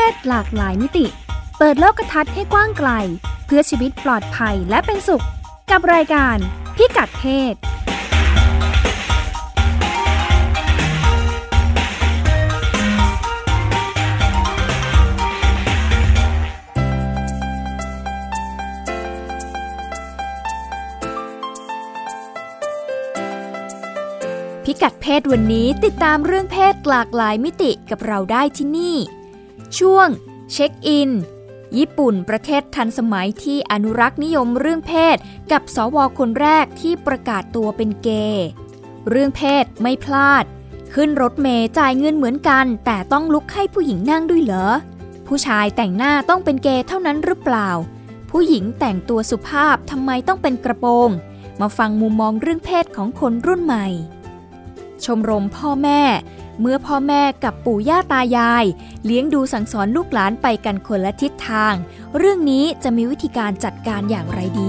ศหลากหลายมิติเปิดโลกทัศน์ให้กว้างไกลเพื่อชีวิตปลอดภัยและเป็นสุขกับรายการพิกัดเพศพิกัดเพศวันนี้ติดตามเรื่องเพศหลากหลายมิติกับเราได้ที่นี่ช่วงเช็คอินญี่ปุ่นประเทศทันสมัยที่อนุรักษ์นิยมเรื่องเพศกับสว.คนแรกที่ประกาศตัวเป็นเกย์เรื่องเพศไม่พลาดขึ้นรถเมล์จ่ายเงินเหมือนกันแต่ต้องลุกให้ผู้หญิงนั่งด้วยเหรอผู้ชายแต่งหน้าต้องเป็นเกย์เท่านั้นหรือเปล่าผู้หญิงแต่งตัวสุภาพทำไมต้องเป็นกระโปรงมาฟังมุมมองเรื่องเพศของคนรุ่นใหม่ชมรมพ่อแม่เมื่อพ่อแม่กับปู่ย่าตายายเลี้ยงดูสั่งสอนลูกหลานไปกันคนละทิศทางเรื่องนี้จะมีวิธีการจัดการอย่างไรดี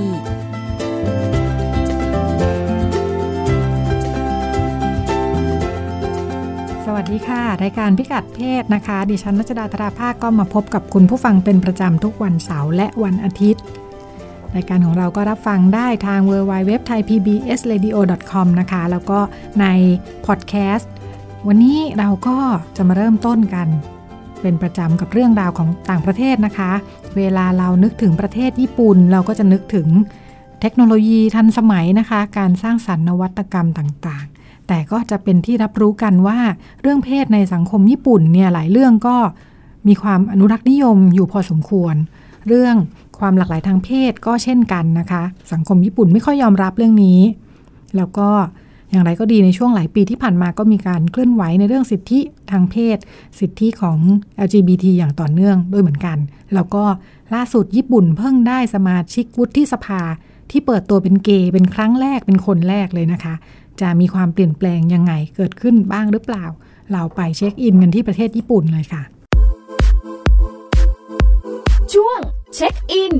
สวัสดีค่ะรายการพิกัดเพศนะคะดิฉันรัชดาธราภาคก็มาพบกับคุณผู้ฟังเป็นประจำทุกวันเสาร์และวันอาทิตย์รายการของเราก็รับฟังได้ทาง www.thaipbsradio.com นะคะแล้วก็ในพอดแคสต์วันนี้เราก็จะมาเริ่มต้นกันเป็นประจำกับเรื่องราวของต่างประเทศนะคะเวลาเรานึกถึงประเทศญี่ปุ่นเราก็จะนึกถึงเทคโนโลยีทันสมัยนะคะการสร้างสรรค์นวัตกรรมต่างๆแต่ก็จะเป็นที่รับรู้กันว่าเรื่องเพศในสังคมญี่ปุ่นเนี่ยหลายเรื่องก็มีความอนุรักษ์นิยมอยู่พอสมควรเรื่องความหลากหลายทางเพศก็เช่นกันนะคะสังคมญี่ปุ่นไม่ค่อยยอมรับเรื่องนี้แล้วก็อย่างไรก็ดีในช่วงหลายปีที่ผ่านมาก็มีการเคลื่อนไหวในเรื่องสิทธิทางเพศสิทธิของ LGBT อย่างต่อเนื่องด้วยเหมือนกันแล้วก็ล่าสุดญี่ปุ่นเพิ่งได้สมาชิกวุฒิสภาที่เปิดตัวเป็นเกย์เป็นครั้งแรกเป็นคนแรกเลยนะคะจะมีความเปลี่ยนแปลงยังไงเกิดขึ้นบ้างหรือเปล่าเราไปเช็คอินกันที่ประเทศญี่ปุ่นเลยค่ะช่วงเช็คอิน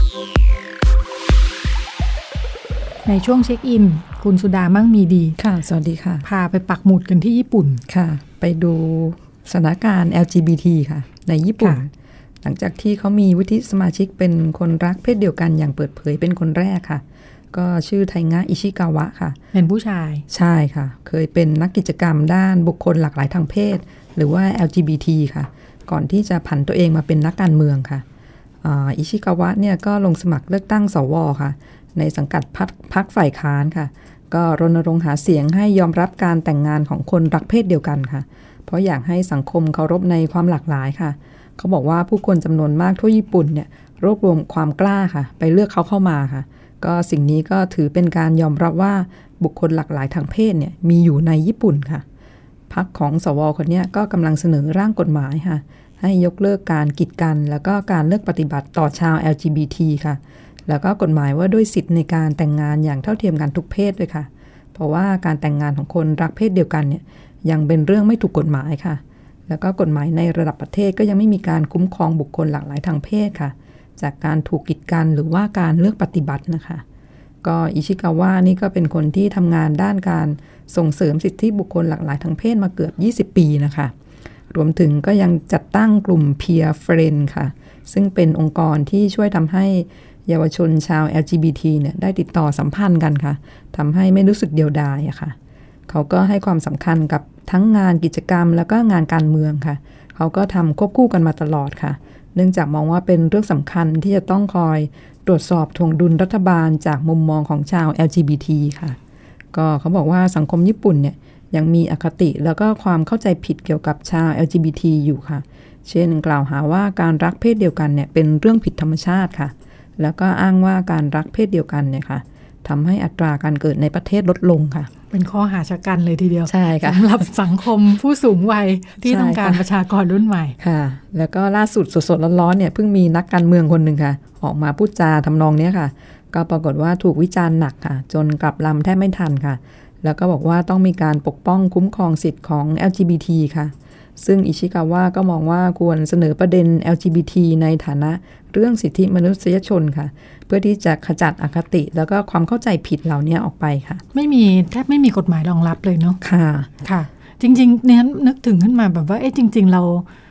ในช่วงเช็คอินคุณสุดามั่งมีดีค่ะสวัสดีค่ะพาไปปักหมุดกันที่ญี่ปุ่นค่ะไปดูสถานการณ์ LGBT ค่ะในญี่ปุ่นหลังจากที่เขามีวุฒิสมาชิกเป็นคนรักเพศเดียวกันอย่างเปิดเผยเป็นคนแรกค่ะก็ชื่อไทงะอิชิกาวะค่ะเป็นผู้ชายใช่ค่ะเคยเป็นนักกิจกรรมด้านบุคคลหลากหลายทางเพศหรือว่า LGBT ค่ะก่อนที่จะผันตัวเองมาเป็นนักการเมืองค่ะอิชิกาวะเนี่ยก็ลงสมัครเลือกตั้งสวค่ะในสังกัดพรรคฝ่ายค้านค่ะก็รณรงค์หาเสียงให้ยอมรับการแต่งงานของคนรักเพศเดียวกันค่ะเพราะอยากให้สังคมเคารพในความหลากหลายค่ะเขาบอกว่าผู้คนจำนวนมากทั่วญี่ปุ่นเนี่ยรวบรวมความกล้าค่ะไปเลือกเขาเข้ามาค่ะก็สิ่งนี้ก็ถือเป็นการยอมรับว่าบุคคลหลากหลายทางเพศเนี่ยมีอยู่ในญี่ปุ่นค่ะพรรคของสวคนนี้ก็กำลังเสนอร่างกฎหมายค่ะให้ยกเลิกการกีดกันแล้วก็การเลือกปฏิบัติต่อชาว LGBT ค่ะแล้วก็กฎหมายว่าด้วยสิทธิ์ในการแต่งงานอย่างเท่าเทียมกันทุกเพศด้วยค่ะเพราะว่าการแต่งงานของคนรักเพศเดียวกันเนี่ยยังเป็นเรื่องไม่ถูกกฎหมายค่ะแล้วก็กฎหมายในระดับประเทศก็ยังไม่มีการคุ้มครองบุคคลหลากหลายทางเพศค่ะจากการถูกกีดกันหรือว่าการเลือกปฏิบัตินะคะก็อิชิกาวะนี่ก็เป็นคนที่ทำงานด้านการส่งเสริมสิทธิบุคคลหลากหลายทางเพศมาเกือบ20 ปีนะคะรวมถึงก็ยังจัดตั้งกลุ่ม Peer Friend ค่ะซึ่งเป็นองค์กรที่ช่วยทำให้เยาวชนชาว LGBT เนี่ยได้ติดต่อสัมพันธ์กันค่ะทำให้ไม่รู้สึกเดียวดายอะค่ะเขาก็ให้ความสำคัญกับทั้งงานกิจกรรมแล้วก็งานการเมืองค่ะเขาก็ทำควบคู่กันมาตลอดค่ะเนื่องจากมองว่าเป็นเรื่องสำคัญที่จะต้องคอยตรวจสอบทวงดุลรัฐบาลจากมุมมองของชาว LGBT ค่ะก็เขาบอกว่าสังคมญี่ปุ่นเนี่ยยังมีอคติแล้วก็ความเข้าใจผิดเกี่ยวกับชาว LGBT อยู่ค่ะเช่นกล่าวหาว่าการรักเพศเดียวกันเนี่ยเป็นเรื่องผิดธรรมชาติค่ะแล้วก็อ้างว่าการรักเพศเดียวกันเนี่ยค่ะทำให้อัตราการเกิดในประเทศลดลงค่ะเป็นข้อหาชะกันเลยทีเดียวใช่ค่ะสำหรับสังคมผู้สูงวัยที่ต้องการประชากรรุ่นใหม่ค่ะแล้วก็ล่าสุดสดๆร้อนๆเนี่ยเพิ่งมีนักการเมืองคนหนึ่งค่ะออกมาพูดจาทำนองนี้ค่ะก็ปรากฏว่าถูกวิจารณ์หนักค่ะจนกลับลำแทบไม่ทันค่ะแล้วก็บอกว่าต้องมีการปกป้องคุ้มครองสิทธิ์ของ LGBT ค่ะซึ่งอิชิกาวะก็มองว่าควรเสนอประเด็น LGBT ในฐานะเรื่องสิทธิมนุษยชนค่ะเพื่อที่จะขจัดอคติแล้วก็ความเข้าใจผิดเหล่านี้ออกไปค่ะแทบไม่มีกฎหมายรองรับเลยเนาะค่ะค่ะจริงๆเนี่ยนึกถึงขึ้นมาแบบว่าจริงๆเรา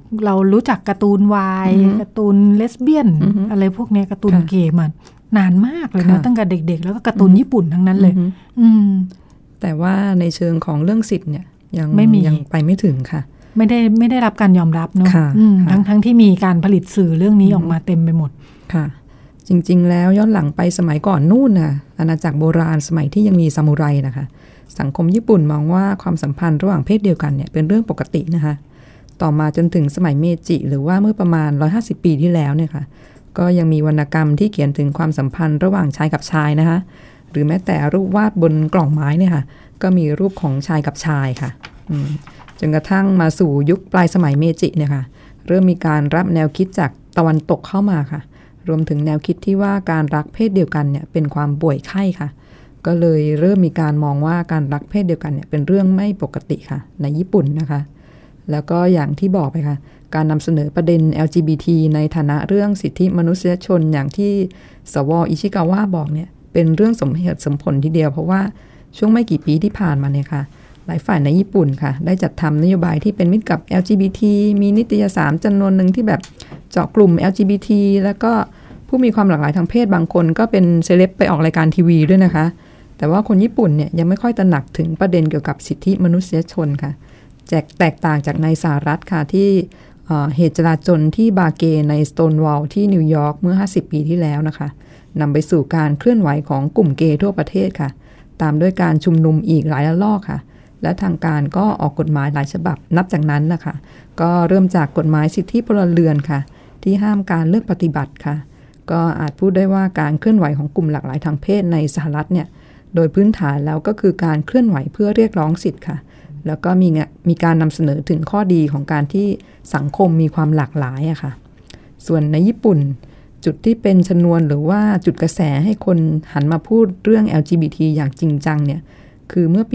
เรารู้จักการ์ตูนวายการ์ตูนเลสเบี้ยนอะไรพวกนี้การ์ตูนเกย์มันนานมากเลยนะตั้งแต่เด็กๆแล้วก็การ์ตูนญี่ปุ่นทั้งนั้นเลยแต่ว่าในเชิงของเรื่องสิทธิ์เนี่ยยังไปไม่ถึงค่ะไม่ได้รับการยอมรับเนาะทั้งที่มีการผลิตสื่อเรื่องนี้ออกมาเต็มไปหมดค่ะจริงๆแล้วย้อนหลังไปสมัยก่อนนู่นน่ะอาณาจักรโบราณสมัยที่ยังมีซามูไรนะคะสังคมญี่ปุ่นมองว่าความสัมพันธ์ระหว่างเพศเดียวกันเนี่ยเป็นเรื่องปกตินะคะต่อมาจนถึงสมัยเมจิหรือว่าเมื่อประมาณ150ปีที่แล้วเนี่ยค่ะก็ยังมีวรรณกรรมที่เขียนถึงความสัมพันธ์ระหว่างชายกับชายนะคะหรือแม้แต่รูปวาดบนกล่องไม้เนี่ยค่ะก็มีรูปของชายกับชายค่ะจนกระทั่งมาสู่ยุคปลายสมัยเมจิเนี่ยค่ะเริ่มมีการรับแนวคิดจากตะวันตกเข้ามาค่ะรวมถึงแนวคิดที่ว่าการรักเพศเดียวกันเนี่ยเป็นความป่วยไข้ค่ะก็เลยเริ่มมีการมองว่าการรักเพศเดียวกันเนี่ยเป็นเรื่องไม่ปกติค่ะในญี่ปุ่นนะคะแล้วก็อย่างที่บอกไปค่ะการนำเสนอประเด็น LGBT ในฐานะเรื่องสิทธิมนุษยชนอย่างที่สว.อิชิกาวะบอกเนี่ยเป็นเรื่องสมเหตุสมผลทีเดียวเพราะว่าช่วงไม่กี่ปีที่ผ่านมาเนี่ยค่ะหลายฝ่ายในญี่ปุ่นค่ะได้จัดทำนโยบายที่เป็นมิตรกับ LGBT มีนิตยสารจำนวนหนึ่งที่แบบเจาะกลุ่ม LGBT แล้วก็ผู้มีความหลากหลายทางเพศบางคนก็เป็นเซเลบไปออกรายการทีวีด้วยนะคะแต่ว่าคนญี่ปุ่นเนี่ยยังไม่ค่อยตระหนักถึงประเด็นเกี่ยวกับสิทธิมนุษยชนค่ะแตกต่างจากในสหรัฐค่ะที่เหตุจลาจลที่บาเกในสโตนวอลล์ที่นิวยอร์กเมื่อ50ปีที่แล้วนะคะนำไปสู่การเคลื่อนไหวของกลุ่มเกย์ทั่วประเทศค่ะตามด้วยการชุมนุมอีกหลายระลอกค่ะและทางการก็ออกกฎหมายหลายฉบับนับจากนั้นนะคะก็เริ่มจากกฎหมายสิทธิพลเรือนค่ะที่ห้ามการเลือกปฏิบัติค่ะก็อาจพูดได้ว่าการเคลื่อนไหวของกลุ่มหลากหลายทางเพศในสหรัฐเนี่ยโดยพื้นฐานแล้วก็คือการเคลื่อนไหวเพื่อเรียกร้องสิทธิ์ค่ะแล้วก็มีการนำเสนอถึงข้อดีของการที่สังคมมีความหลากหลายอะค่ะส่วนในญี่ปุ่นจุดที่เป็นชนวนหรือว่าจุดกระแสให้คนหันมาพูดเรื่อง LGBT อย่างจริงจังเนี่ยคือเมื่อปี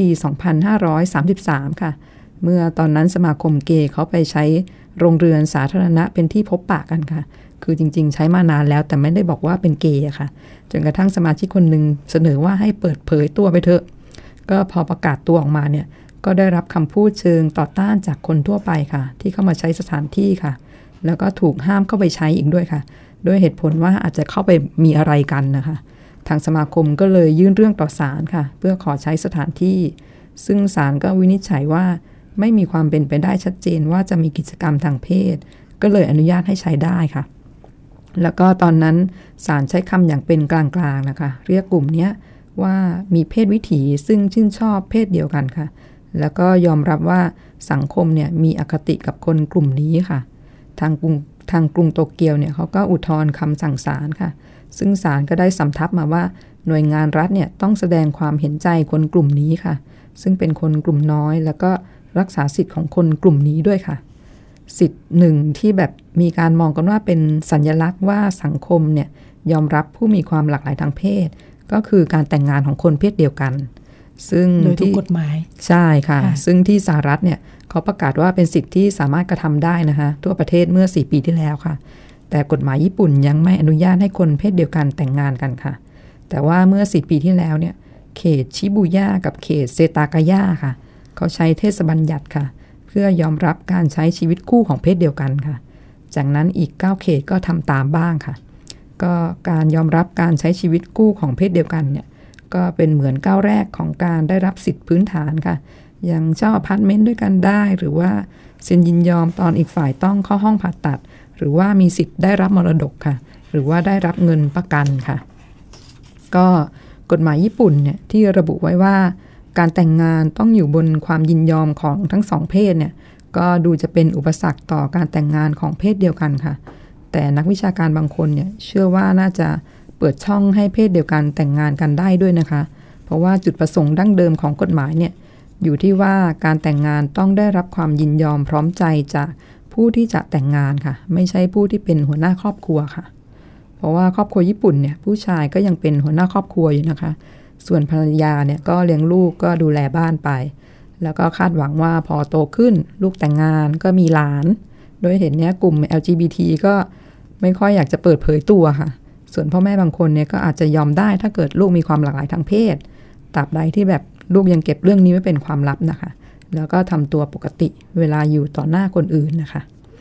2533 ค่ะเมื่อตอนนั้นสมาคมเกย์เขาไปใช้โรงเรือนสาธารณะเป็นที่พบปะกันค่ะคือจริงๆใช้มานานแล้วแต่ไม่ได้บอกว่าเป็นเกย์อะค่ะจนกระทั่งสมาชิกคนหนึ่งเสนอว่าให้เปิดเผยตัวไปเถอะก็พอประกาศตัวออกมาเนี่ยก็ได้รับคำพูดเชิงต่อต้านจากคนทั่วไปค่ะที่เข้ามาใช้สถานที่ค่ะแล้วก็ถูกห้ามเข้าไปใช้อีกด้วยค่ะด้วยเหตุผลว่าอาจจะเข้าไปมีอะไรกันนะคะทางสมาคมก็เลยยื่นเรื่องต่อศาลค่ะเพื่อขอใช้สถานที่ซึ่งศาลก็วินิจฉัยว่าไม่มีความเป็นไปได้ชัดเจนว่าจะมีกิจกรรมทางเพศก็เลยอนุญาตให้ใช้ได้ค่ะแล้วก็ตอนนั้นศาลใช้คำอย่างเป็นกลางๆนะคะเรียกกลุ่มนี้ว่ามีเพศวิถีซึ่งชื่นชอบเพศเดียวกันค่ะแล้วก็ยอมรับว่าสังคมเนี่ยมีอคติกับคนกลุ่มนี้ค่ะทางกรุงโตเกียวเนี่ยเขาก็อุทธรณ์คำสั่งศาลค่ะซึ่งศาลก็ได้สำทับมาว่าหน่วยงานรัฐเนี่ยต้องแสดงความเห็นใจคนกลุ่มนี้ค่ะซึ่งเป็นคนกลุ่มน้อยแล้วก็รักษาสิทธิ์ของคนกลุ่มนี้ด้วยค่ะสิทธิ์หนึ่งที่แบบมีการมองกันว่าเป็นสัญลักษณ์ว่าสังคมเนี่ยยอมรับผู้มีความหลากหลายทางเพศก็คือการแต่งงานของคนเพศเดียวกันซึ่งโดยถูกกฎหมายใช่ค่ะซึ่งที่สหรัฐเนี่ยเขาประกาศว่าเป็นสิทธิ์ที่สามารถกระทำได้นะคะทั่วประเทศเมื่อ4ปีที่แล้วค่ะแต่กฎหมายญี่ปุ่นยังไม่อนุญาตให้คนเพศเดียวกันแต่งงานกันค่ะแต่ว่าเมื่อ4ปีที่แล้วเนี่ยเขตชิบูย่ากับเขตเซตากายะค่ะเขาใช้เทศบัญญัติค่ะเพื่อยอมรับการใช้ชีวิตคู่ของเพศเดียวกันค่ะจากนั้นอีก9เขตก็ทำตามบ้างค่ะก็การยอมรับการใช้ชีวิตคู่ของเพศเดียวกันเนี่ยก็เป็นเหมือนก้าวแรกของการได้รับสิทธิพื้นฐานค่ะอย่างเช่าอพาร์ตเมนต์ด้วยกันได้หรือว่าเซ็นยินยอมตอนอีกฝ่ายต้องเข้าห้องผ่าตัดหรือว่ามีสิทธิ์ได้รับมรดกค่ะหรือว่าได้รับเงินประกันค่ะก็กฎหมายญี่ปุ่นเนี่ยที่ระบุไว้ว่าการแต่งงานต้องอยู่บนความยินยอมของทั้งสองเพศเนี่ยก็ดูจะเป็นอุปสรรคต่อการแต่งงานของเพศเดียวกันค่ะแต่นักวิชาการบางคนเนี่ยเชื่อว่าน่าจะเปิดช่องให้เพศเดียวกันแต่งงานกันได้ด้วยนะคะเพราะว่าจุดประสงค์ดั้งเดิมของกฎหมายเนี่ยอยู่ที่ว่าการแต่งงานต้องได้รับความยินยอมพร้อมใจจากผู้ที่จะแต่งงานค่ะไม่ใช่ผู้ที่เป็นหัวหน้าครอบครัวค่ะเพราะว่าครอบครัวญี่ปุ่นเนี่ยผู้ชายก็ยังเป็นหัวหน้าครอบครัวอยู่นะคะส่วนภรรยาเนี่ยก็เลี้ยงลูกก็ดูแลบ้านไปแล้วก็คาดหวังว่าพอโตขึ้นลูกแต่งงานก็มีหลานโดยเห็นเนี้ยกลุ่ม LGBT ก็ไม่ค่อยอยากจะเปิดเผยตัวค่ะส่วนพ่อแม่บางคนเนี่ยก็อาจจะยอมได้ถ้าเกิดลูกมีความหลากหลายทางเพศตราบใดที่แบบลูกยังเก็บเรื่องนี้ไว้เป็นความลับนะคะแล้วก็ทำตัวปกติเวลาอยู่ต่อหน้าคนอื่นนะคะ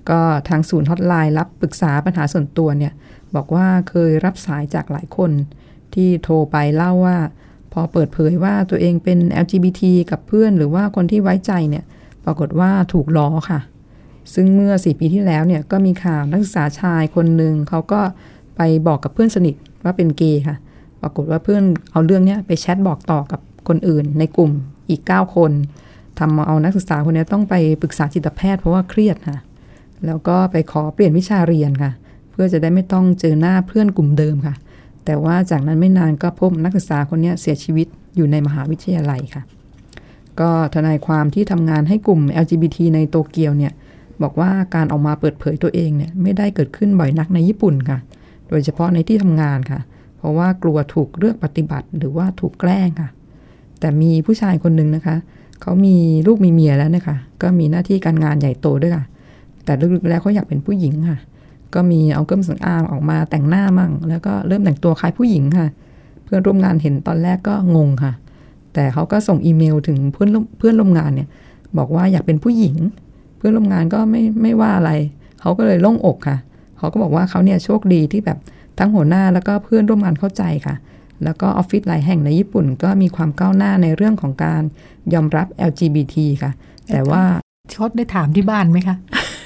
ก็ทางศูนย์ฮอตไลน์รับปรึกษาปัญหาส่วนตัวเนี่ยบอกว่าเคยรับสายจากหลายคนที่โทรไปเล่าว่าพอเปิดเผยว่าตัวเองเป็น LGBT กับเพื่อนหรือว่าคนที่ไว้ใจเนี่ยปรากฏว่าถูกล้อค่ะซึ่งเมื่อ4 ปีที่แล้วเนี่ยก็มีข่าวนักศึกษาชายคนหนึ่งเขาก็ไปบอกกับเพื่อนสนิทว่าเป็นเกย์ค่ะปรากฏว่าเพื่อนเอาเรื่องนี้ไปแชทบอกต่อกับคนอื่นในกลุ่มอีก9 คนทำเอานักศึกษาคนนี้ต้องไปปรึกษาจิตแพทย์เพราะว่าเครียดค่ะแล้วก็ไปขอเปลี่ยนวิชาเรียนค่ะเพื่อจะได้ไม่ต้องเจอหน้าเพื่อนกลุ่มเดิมค่ะแต่ว่าจากนั้นไม่นานก็พบนักศึกษาคนนี้เสียชีวิตอยู่ในมหาวิทยาลัยค่ะก็ทนายความที่ทำงานให้กลุ่ม LGBT ในโตเกียวเนี่ยบอกว่าการออกมาเปิดเผยตัวเองเนี่ยไม่ได้เกิดขึ้นบ่อยนักในญี่ปุ่นค่ะโดยเฉพาะในที่ทำงานค่ะเพราะว่ากลัวถูกเลือกปฏิบัติหรือว่าถูกแกล้งค่ะแต่มีผู้ชายคนหนึ่งนะคะเขามีลูกมีเมียแล้วนะคะก็มีหน้าที่การงานใหญ่โตด้วยค่ะแต่ลึกๆแล้วเขาอยากเป็นผู้หญิงค่ะก็มีเอาเครื่องสำอางออกมาแต่งหน้ามั่งแล้วก็เริ่มแต่งตัวคล้ายผู้หญิงค่ะเพื่อนร่วมงานเห็นตอนแรกก็งงค่ะแต่เขาก็ส่งอีเมลถึงเพื่อนร่วมงานเนี่ยบอกว่าอยากเป็นผู้หญิงเพื่อนร่วมงานก็ไม่ว่าอะไรเขาก็เลยโล่งอกค่ะเขาก็บอกว่าเขาเนี่ยโชคดีที่แบบทั้งหัวหน้าแล้วก็เพื่อนร่วมงานเข้าใจค่ะแล้วก็ออฟฟิศหลายแห่งในญี่ปุ่นก็มีความก้าวหน้าในเรื่องของการยอมรับ LGBT ค่ะแต่ว่าเขาได้ถามที่บ้านไหมคะ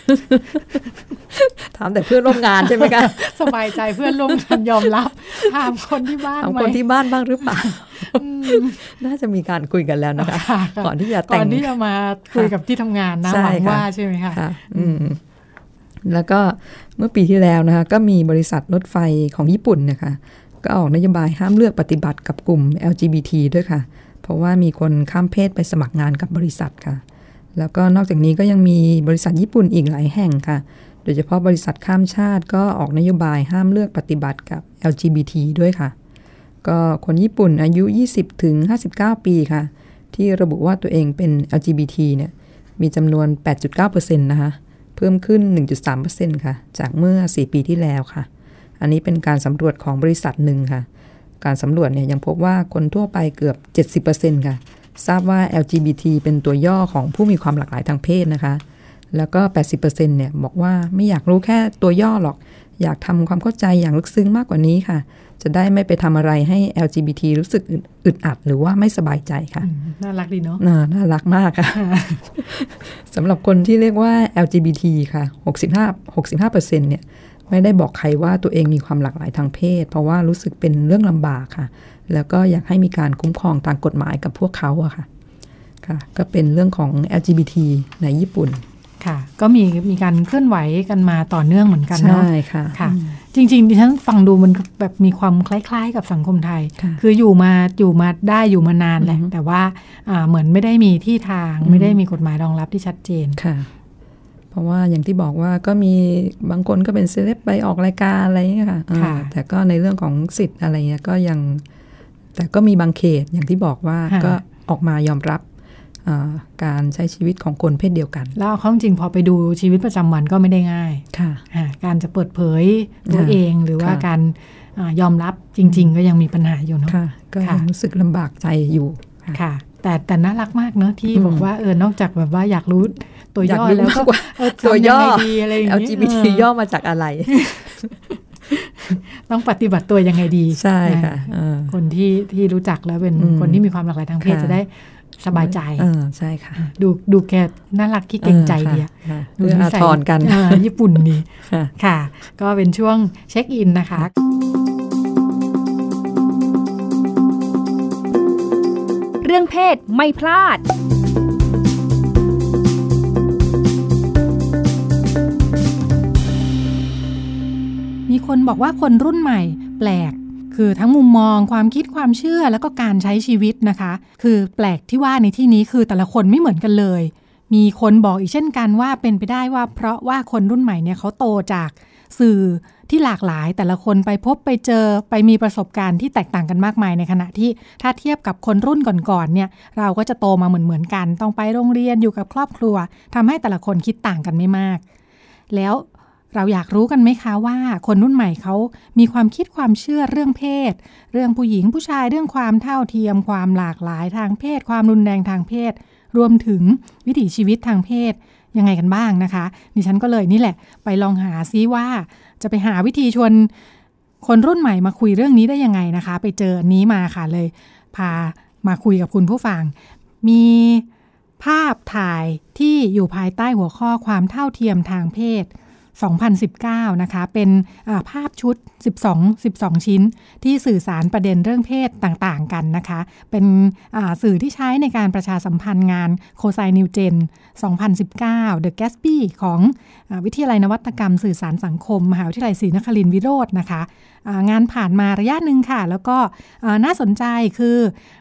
ถามแต่เพื่อนร่วมงานใช่ไหมคะสบายใจเพื่อนร่วมงานยอมรับถามคนที่บ้านไหมถามคนที่บ้านบ้างหรือเปล่า น่าจะมีการคุยกันแล้วนะคะก่อนที่จะแต่งก่อนที่จะมาคุยกับที่ทำงานนะหวังว่าใช่ไหมคะแล้วก็เมื่อปีที่แล้วนะคะก็มีบริษัทรถไฟของญี่ปุ่นนะคะก็ออกนโยบายห้ามเลือกปฏิบัติกับกลุ่ม LGBT ด้วยค่ะเพราะว่ามีคนข้ามเพศไปสมัครงานกับบริษัทค่ะแล้วก็นอกจากนี้ก็ยังมีบริษัทญี่ปุ่นอีกหลายแห่งค่ะโดยเฉพาะบริษัทข้ามชาติก็ออกนโยบายห้ามเลือกปฏิบัติกับ LGBT ด้วยค่ะก็คนญี่ปุ่นอายุ 20-59 ปีค่ะที่ระบุว่าตัวเองเป็น LGBT เนี่ยมีจำนวน 8.9% นะคะเพิ่มขึ้น 1.3% ค่ะจากเมื่อ4 ปีที่แล้วค่ะอันนี้เป็นการสำรวจของบริษัทหนึ่งค่ะการสำรวจเนี่ยยังพบว่าคนทั่วไปเกือบ 70% ค่ะทราบว่า LGBT เป็นตัวย่อของผู้มีความหลากหลายทางเพศนะคะแล้วก็ 80% เนี่ยบอกว่าไม่อยากรู้แค่ตัวย่อหรอกอยากทำความเข้าใจอย่างลึกซึ้งมากกว่านี้ค่ะจะได้ไม่ไปทำอะไรให้ LGBT รู้สึกอึดอัดหรือว่าไม่สบายใจค่ะน่ารักดีเนาะน่ารักมากค่ะ สำหรับคนที่เรียกว่า LGBT ค่ะ 65% เนี่ยไม่ได้บอกใครว่าตัวเองมีความหลากหลายทางเพศเพราะว่ารู้สึกเป็นเรื่องลำบากค่ะแล้วก็อยากให้มีการคุ้มครองทางกฎหมายกับพวกเขาอะค่ะก็เป็นเรื่องของ LGBT ในญี่ปุ่นค่ะก็มีการเคลื่อนไหวกันมาต่อเนื่องเหมือนกันเนาะใช่ค่ะจริงๆดิฉันฟังดูมันแบบมีความคล้ายๆกับสังคมไทยคืออยู่มาได้อยู่มานานแหละแต่ว่าเหมือนไม่ได้มีที่ทางไม่ได้มีกฎหมายรองรับที่ชัดเจนค่ะเพราะว่าอย่างที่บอกว่าก็มีบางคนก็เป็นเซเลบไปออกรายการอะไรอย่างเงี้ยค่ะแต่ก็ในเรื่องของสิทธิ์อะไรเงี้ยก็ยังแต่ก็มีบางเขตอย่างที่บอกว่าก็ออกมายอมรับการใช้ชีวิตของคนเพศเดียวกันแล้วเขาจริงพอไปดูชีวิตประจำวันก็ไม่ได้ง่ายการจะเปิดเผยตัวเองหรือว่าการยอมรับจริงๆก็ยังมีปัญหาอยู่เนาะก็รู้สึกลำบากใจอยู่ค่ะแต่น่ารักมากเนอะที่บอกว่านอกจากแบบว่าอยากรู้ตัวย่อแล้วก็ตัวย่ออะไรอย่างเงี้ย LGBT ย่อมาจากอะไรต้องปฏิบัติตัวยังไงดีใช่ค่ะคนที่รู้จักแล้วเป็นคนที่มีความหลากหลายทางเพศจะได้สบายใจใช่ค่ะดูแกน่ารักที่เก่งใจดีดูอาทรกันญี่ปุ่นดีค่ะก็เป็นช่วงเช็คอินนะคะเรื่องเพศไม่พลาดมีคนบอกว่าคนรุ่นใหม่แปลกคือทั้งมุมมองความคิดความเชื่อแล้วก็การใช้ชีวิตนะคะคือแปลกที่ว่าในที่นี้คือแต่ละคนไม่เหมือนกันเลยมีคนบอกอีกเช่นกันว่าเป็นไปได้ว่าเพราะว่าคนรุ่นใหม่เนี่ยเขาโตจากสื่อที่หลากหลายแต่ละคนไปพบไปเจอไปมีประสบการณ์ที่แตกต่างกันมากมายในขณะที่ถ้าเทียบกับคนรุ่นก่อนๆเนี่ยเราก็จะโตมาเหมือนกันต้องไปโรงเรียนอยู่กับครอบครัวทำให้แต่ละคนคิดต่างกันไม่มากแล้วเราอยากรู้กันไหมคะว่าคนรุ่นใหม่เขามีความคิดความเชื่อเรื่องเพศเรื่องผู้หญิงผู้ชายเรื่องความเท่าเทียมความหลากหลายทางเพศความรุนแรงทางเพศรวมถึงวิถีชีวิตทางเพศยังไงกันบ้างนะคะดิฉันก็เลยนี่แหละไปลองหาซิว่าจะไปหาวิธีชวนคนรุ่นใหม่มาคุยเรื่องนี้ได้ยังไงนะคะไปเจออันนี้มาค่ะเลยพามาคุยกับคุณผู้ฟังมีภาพถ่ายที่อยู่ภายใต้หัวข้อความเท่าเทียมทางเพศ2019นะคะเป็นภาพชุด12ชิ้นที่สื่อสารประเด็นเรื่องเพศต่างๆกันนะคะเป็นสื่อที่ใช้ในการประชาสัมพันธ์งานโคไซนิวเจน2019 The Gatsby ของวิทยาลัยนวัตกรรมสื่อสารสังคมมหาวิทยาลัยศรีนครินทร์วิโรจน์นะคะงานผ่านมาระยะหนึ่งค่ะแล้วก็น่าสนใจคือ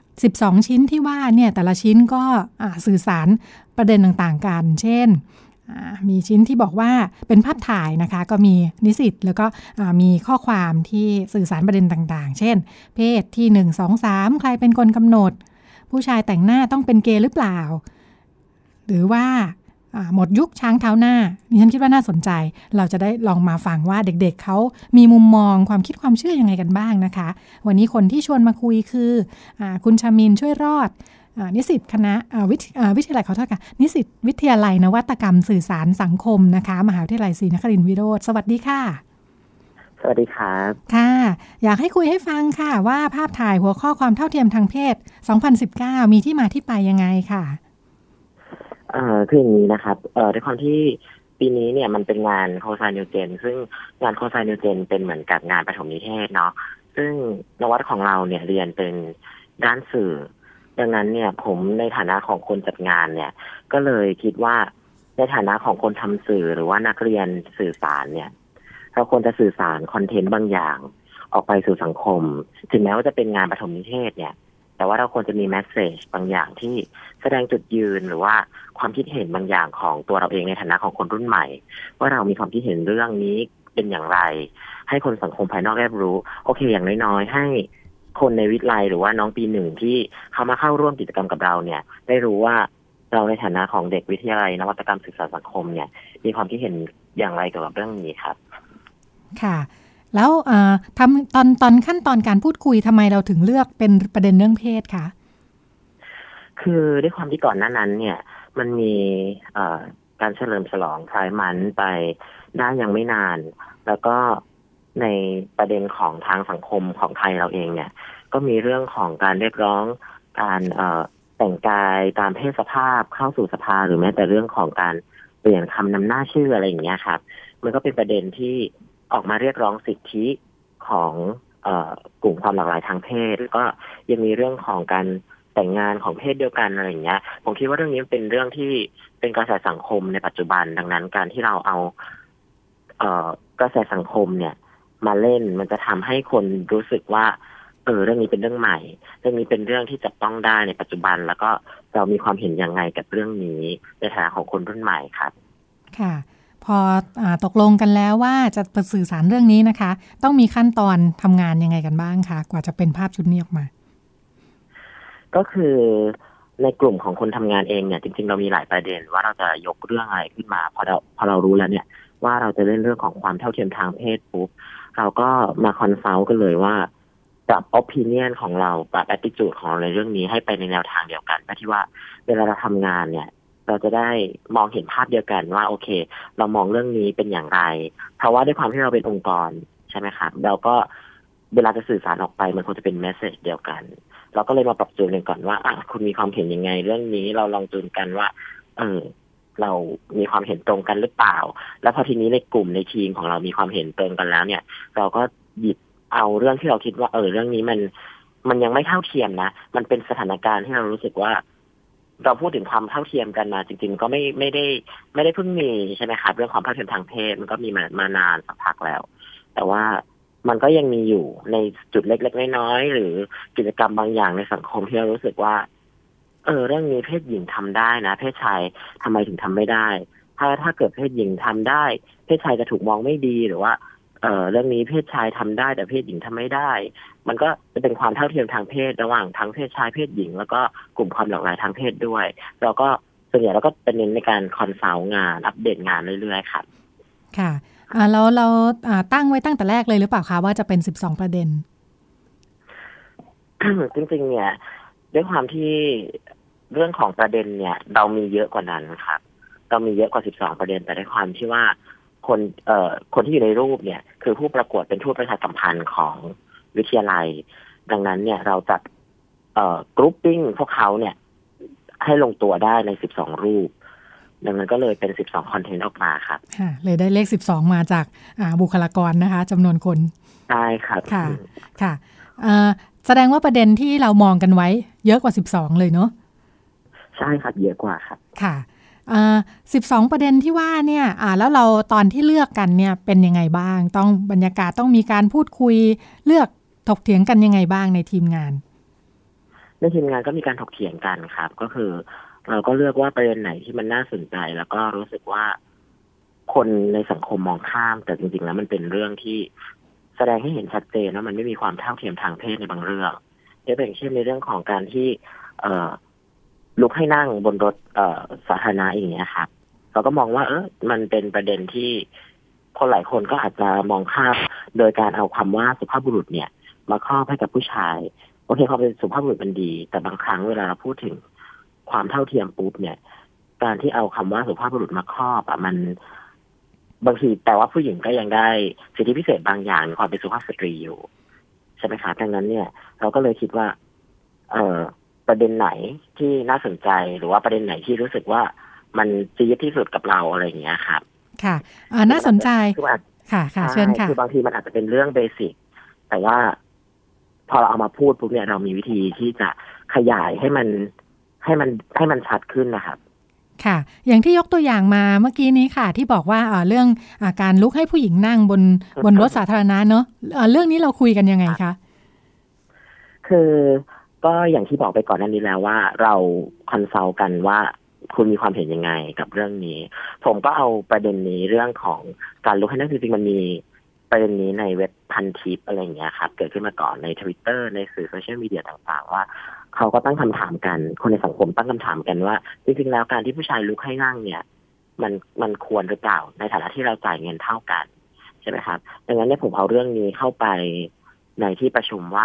12ชิ้นที่ว่าเนี่ยแต่ละชิ้นก็สื่อสารประเด็นต่างๆกันเช่นมีชิ้นที่บอกว่าเป็นภาพถ่ายนะคะก็มีนิสิตแล้วก็มีข้อความที่สื่อสารประเด็นต่างๆเช่นเพศที่1 2 3ใครเป็นคนกำหนดผู้ชายแต่งหน้าต้องเป็นเกย์หรือเปล่าหรือว่าหมดยุคช้างเท้าหน้านี่ฉันคิดว่าน่าสนใจเราจะได้ลองมาฟังว่าเด็กๆเขามีมุมมองความคิดความเชื่อยังไงกันบ้างนะคะวันนี้คนที่ชวนมาคุยคือคุณชมินช่วยรอดนิสิตคณะวิทยาลัยขอโทษค่ะนิสิตวิทยาลัยนวัตกรรมสื่อสารสังคมนะคะมหาวิทยาลัยศรีนครินทร์วิโรจน์สวัสดีค่ะสวัสดีครับค่ะอยากให้คุยให้ฟังค่ะว่าภาพถ่ายหัวข้อความเท่าเทียมทางเพศ2019มีที่มาที่ไปยังไงค่ะคืออย่างนี้นะครับด้วยความที่ปีนี้เนี่ยมันเป็นงานโคไซนิวเจนซึ่งงานโคไซนิวเจนเป็นเหมือนกับงานประถมนิเทศเนาะซึ่งนวัตของเราเนี่ยเรียนเป็นด้านสื่อดังนั้นเนี่ยผมในฐานะของคนจัดงานเนี่ยก็เลยคิดว่าในฐานะของคนทำสื่อหรือว่านักเรียนสื่อสารเนี่ยเราควรจะสื่อสารคอนเทนต์บางอย่างออกไปสู่สังคมถึงแม้ว่าจะเป็นงานประถมนิเทศเนี่ยแต่ว่าเราควรจะมีแมสเสจบางอย่างที่แสดงจุดยืนหรือว่าความคิดเห็นบางอย่างของตัวเราเองในฐานะของคนรุ่นใหม่ว่าเรามีความคิดเห็นเรื่องนี้เป็นอย่างไรให้คนสังคมภายนอกได้รู้โอเคอย่างน้อยๆให้คนในวิทยาลัยหรือว่าน้องปีหนึ่งที่เขามาเข้าร่วมกิจกรรมกับเราเนี่ยได้รู้ว่าเราในฐานะของเด็กวิทยาลัยนวัตกรรมศึกษาสังคมเนี่ยมีความคิดเห็นอย่างไรเกี่ยวกับเรื่องนี้ครับค่ะแล้วทำตอนขั้นตอนการพูดคุยทำไมเราถึงเลือกเป็นประเด็นเรื่องเพศคะคือด้วยความที่ก่อนหน้านั้นเนี่ยมันมีการเฉลิมฉลองไพร์มันไปได้ยังไม่นานแล้วก็ในประเด็นของทางสังคมของไทยเราเองเนี่ยก็มีเรื่องของการเรียกร้องการแต่งกายตามเพศสภาพเข้าสู่สภาหรือแม้แต่เรื่องของการเปลี่ยนคำนำหน้าชื่ออะไรอย่างเงี้ยครับมันก็เป็นประเด็นที่ออกมาเรียกร้องสิทธิของกลุ่มความหลากหลายทางเพศแล้วก็ยังมีเรื่องของการแต่งงานของเพศเดียวกันอะไรอย่างเงี้ยผมคิดว่าเรื่องนี้เป็นเรื่องที่เป็นกระแสสังคมในปัจจุบันดังนั้นการที่เราเอากระแสสังคมเนี่ยมาเล่นมันจะทำให้คนรู้สึกว่าเรื่องนี้เป็นเรื่องใหม่เรื่องนี้เป็นเรื่องที่จับต้องได้ในปัจจุบันแล้วก็เรามีความเห็นยังไงกับเรื่องนี้ในฐานะของคนรุ่นใหม่ครับค่ะพอตกลงกันแล้วว่าจะสื่อสารเรื่องนี้นะคะต้องมีขั้นตอนทำงานยังไงกันบ้างคะกว่าจะเป็นภาพชุดนี้ออกมาก็คือในกลุ่มของคนทำงานเองเนี่ยจริงๆเรามีหลายประเด็นว่าเราจะยกเรื่องอะไรขึ้นมาพอเรารู้แล้วเนี่ยว่าเราจะเล่นเรื่องของความเท่าเทียมทางเพศปุ๊บเราก็มาคอนซัลท์กันเลยว่าปรับ opinion ของเราปรับ attitude ของเราในเรื่องนี้ให้ไปในแนวทางเดียวกันเพื่อที่ว่าเวลาเราทำงานเนี่ยเราจะได้มองเห็นภาพเดียวกันว่าโอเคเรามองเรื่องนี้เป็นอย่างไรเพราะว่าด้วยความที่เราเป็นองค์กรใช่ไหมครับเราก็เวลาจะสื่อสารออกไปมันควรจะเป็นเมสเสจเดียวกันเราก็เลยมาปรับจูนกันก่อนว่าคุณมีความเห็นยังไงเรื่องนี้เราลองจูนกันว่าเรามีความเห็นตรงกันหรือเปล่าแล้วพอทีนี้ในกลุ่มในทีมของเรามีความเห็นตรงกันแล้วเนี่ยเราก็หยิบเอาเรื่องที่เราคิดว่าเรื่องนี้มันยังไม่เท่าเทียมนะมันเป็นสถานการณ์ที่เรารู้สึกว่าเราพูดถึงความเท่าเทียมกันมาจริงๆก็ไม่ได้เพิ่งมีใช่ไหมครับเรื่องความเท่าเทียมทางเพศมันก็มีมานานสักพักแล้วแต่ว่ามันก็ยังมีอยู่ในจุดเล็กๆน้อยๆหรือกิจกรรมบางอย่างในสังคมที่เรารู้สึกว่าเรื่องนี้เพศหญิงทำได้นะเพศชายทำไมถึงทำไม่ได้ถ้าเกิดเพศหญิงทำได้เพศชายจะถูกมองไม่ดีหรือว่าเรื่องนี้เพศชายทำได้แต่เพศหญิงทำไม่ได้มันก็จะเป็นความเท่าเทียมทางเพศระหว่างทั้งเพศชายเพศหญิงแล้วก็กลุ่มความหลากหลายทางเพศด้วยเราก็ส่วนใหญ่เราก็เป็นเน้นในการคอนซัลท์งานอัปเดตงานเรื่อยๆครับค่ะแล้วเราตั้งไว้ตั้งแต่แรกเลยหรือเปล่าคะว่าจะเป็น12ประเด็นจริงๆเนี่ยด้วยความที่เรื่องของประเด็นเนี่ยเรามีเยอะกว่านั้นครับเรามีเยอะกว่า12ประเด็นแต่ในความที่ว่าคนที่อยู่ในรูปเนี่ยคือผู้ประกวดเป็นทูตประชาสัมพันธ์ของวิทยาลัยดังนั้นเนี่ยเราจัดกรุ๊ปปิ้งพวกเขาเนี่ยให้ลงตัวได้ใน12รูปดังนั้นก็เลยเป็น12คอนเทนต์ออกมาครับเลยได้เลข12มาจากบุคลากรนะคะจำนวนคนใช่ครับค่ะแสดงว่าประเด็นที่เรามองกันไว้เยอะกว่า12เลยเนาะใช่ครับเยอะกว่าครับค่ะ12ประเด็นที่ว่าเนี่ยแล้วเราตอนที่เลือกกันเนี่ยเป็นยังไงบ้างต้องบรรยากาศต้องมีการพูดคุยเลือกถกเถียงกันยังไงบ้างในทีมงานในทีมงานก็มีการถกเถียงกันครับก็คือเราก็เลือกว่าประเด็นไหนที่มันน่าสนใจแล้วก็รู้สึกว่าคนในสังคมมองข้ามแต่จริงๆแล้วมันเป็นเรื่องที่แสดงให้เห็นชัดเจนว่ามันไม่มีความเท่าเทียมทางเพศในบางเรื่องยกตัวอย่างเช่นในเรื่องของการที่ลุกให้นั่งบนรถสาธารณะอย่างเงี้ยครับเราก็มองว่ามันเป็นประเด็นที่คนหลายคนก็อาจจะมองข้ามโดยการเอาคำว่าสุภาพบุรุษเนี่ยมาครอบให้กับผู้ชายโอเคความเป็นสุภาพบุรุษมันดีแต่บางครั้งเวลาเราพูดถึงความเท่าเทียมปุ๊บเนี่ยการที่เอาคำว่าสุภาพบุรุษมาครอบมันบางทีแต่ว่าผู้หญิงก็ยังได้สิทธิพิเศษบางอย่างในความเป็นสุภาพสตรีอยู่ใช่ไหมคะดังนั้นเนี่ยเราก็เลยคิดว่าประเด็นไหนที่น่าสนใจหรือว่าประเด็นไหนที่รู้สึกว่ามันจี๊ดที่สุดกับเราอะไรอย่างเงี้ยครับค่ะน่าสนใจค่ะเชิญค่ะคือบางทีมันอาจจะเป็นเรื่องเบสิกแต่ว่าพอเราเอามาพูดปุ๊บเนี่ยเรามีวิธีที่จะขยายให้มันชัดขึ้นนะครับค่ะอย่างที่ยกตัวอย่างมาเมื่อกี้นี้ค่ะที่บอกว่าเรื่องการลุกให้ผู้หญิงนั่งบนรถสาธารณะเนอะเรื่องนี้เราคุยกันยังไงคะคือก็อย่างที่บอกไปก่อนหน้านี้แล้วว่าเราคอนซัลท์กันว่าคุณมีความเห็นยังไงกับเรื่องนี้ผมก็เอาประเด็นนี้เรื่องของการลุกให้นั่งจริงๆมันมีประเด็นนี้ในเว็บพันทิปอะไรอย่างเงี้ยครับเกิดขึ้นมาก่อนใน Twitter ในสื่อโซเชียลมีเดียต่างๆว่าเขาก็ตั้งคำถามกันคนในสังคมตั้งคำถามกันว่าจริงๆแล้วการที่ผู้ชายลุกให้นั่งเนี่ยมันควรหรือเปล่าในฐานะที่เราจ่ายเงินเท่ากันใช่ไหมครับดังนั้นเนี่ยผมเอาเรื่องนี้เข้าไปในที่ประชุมว่า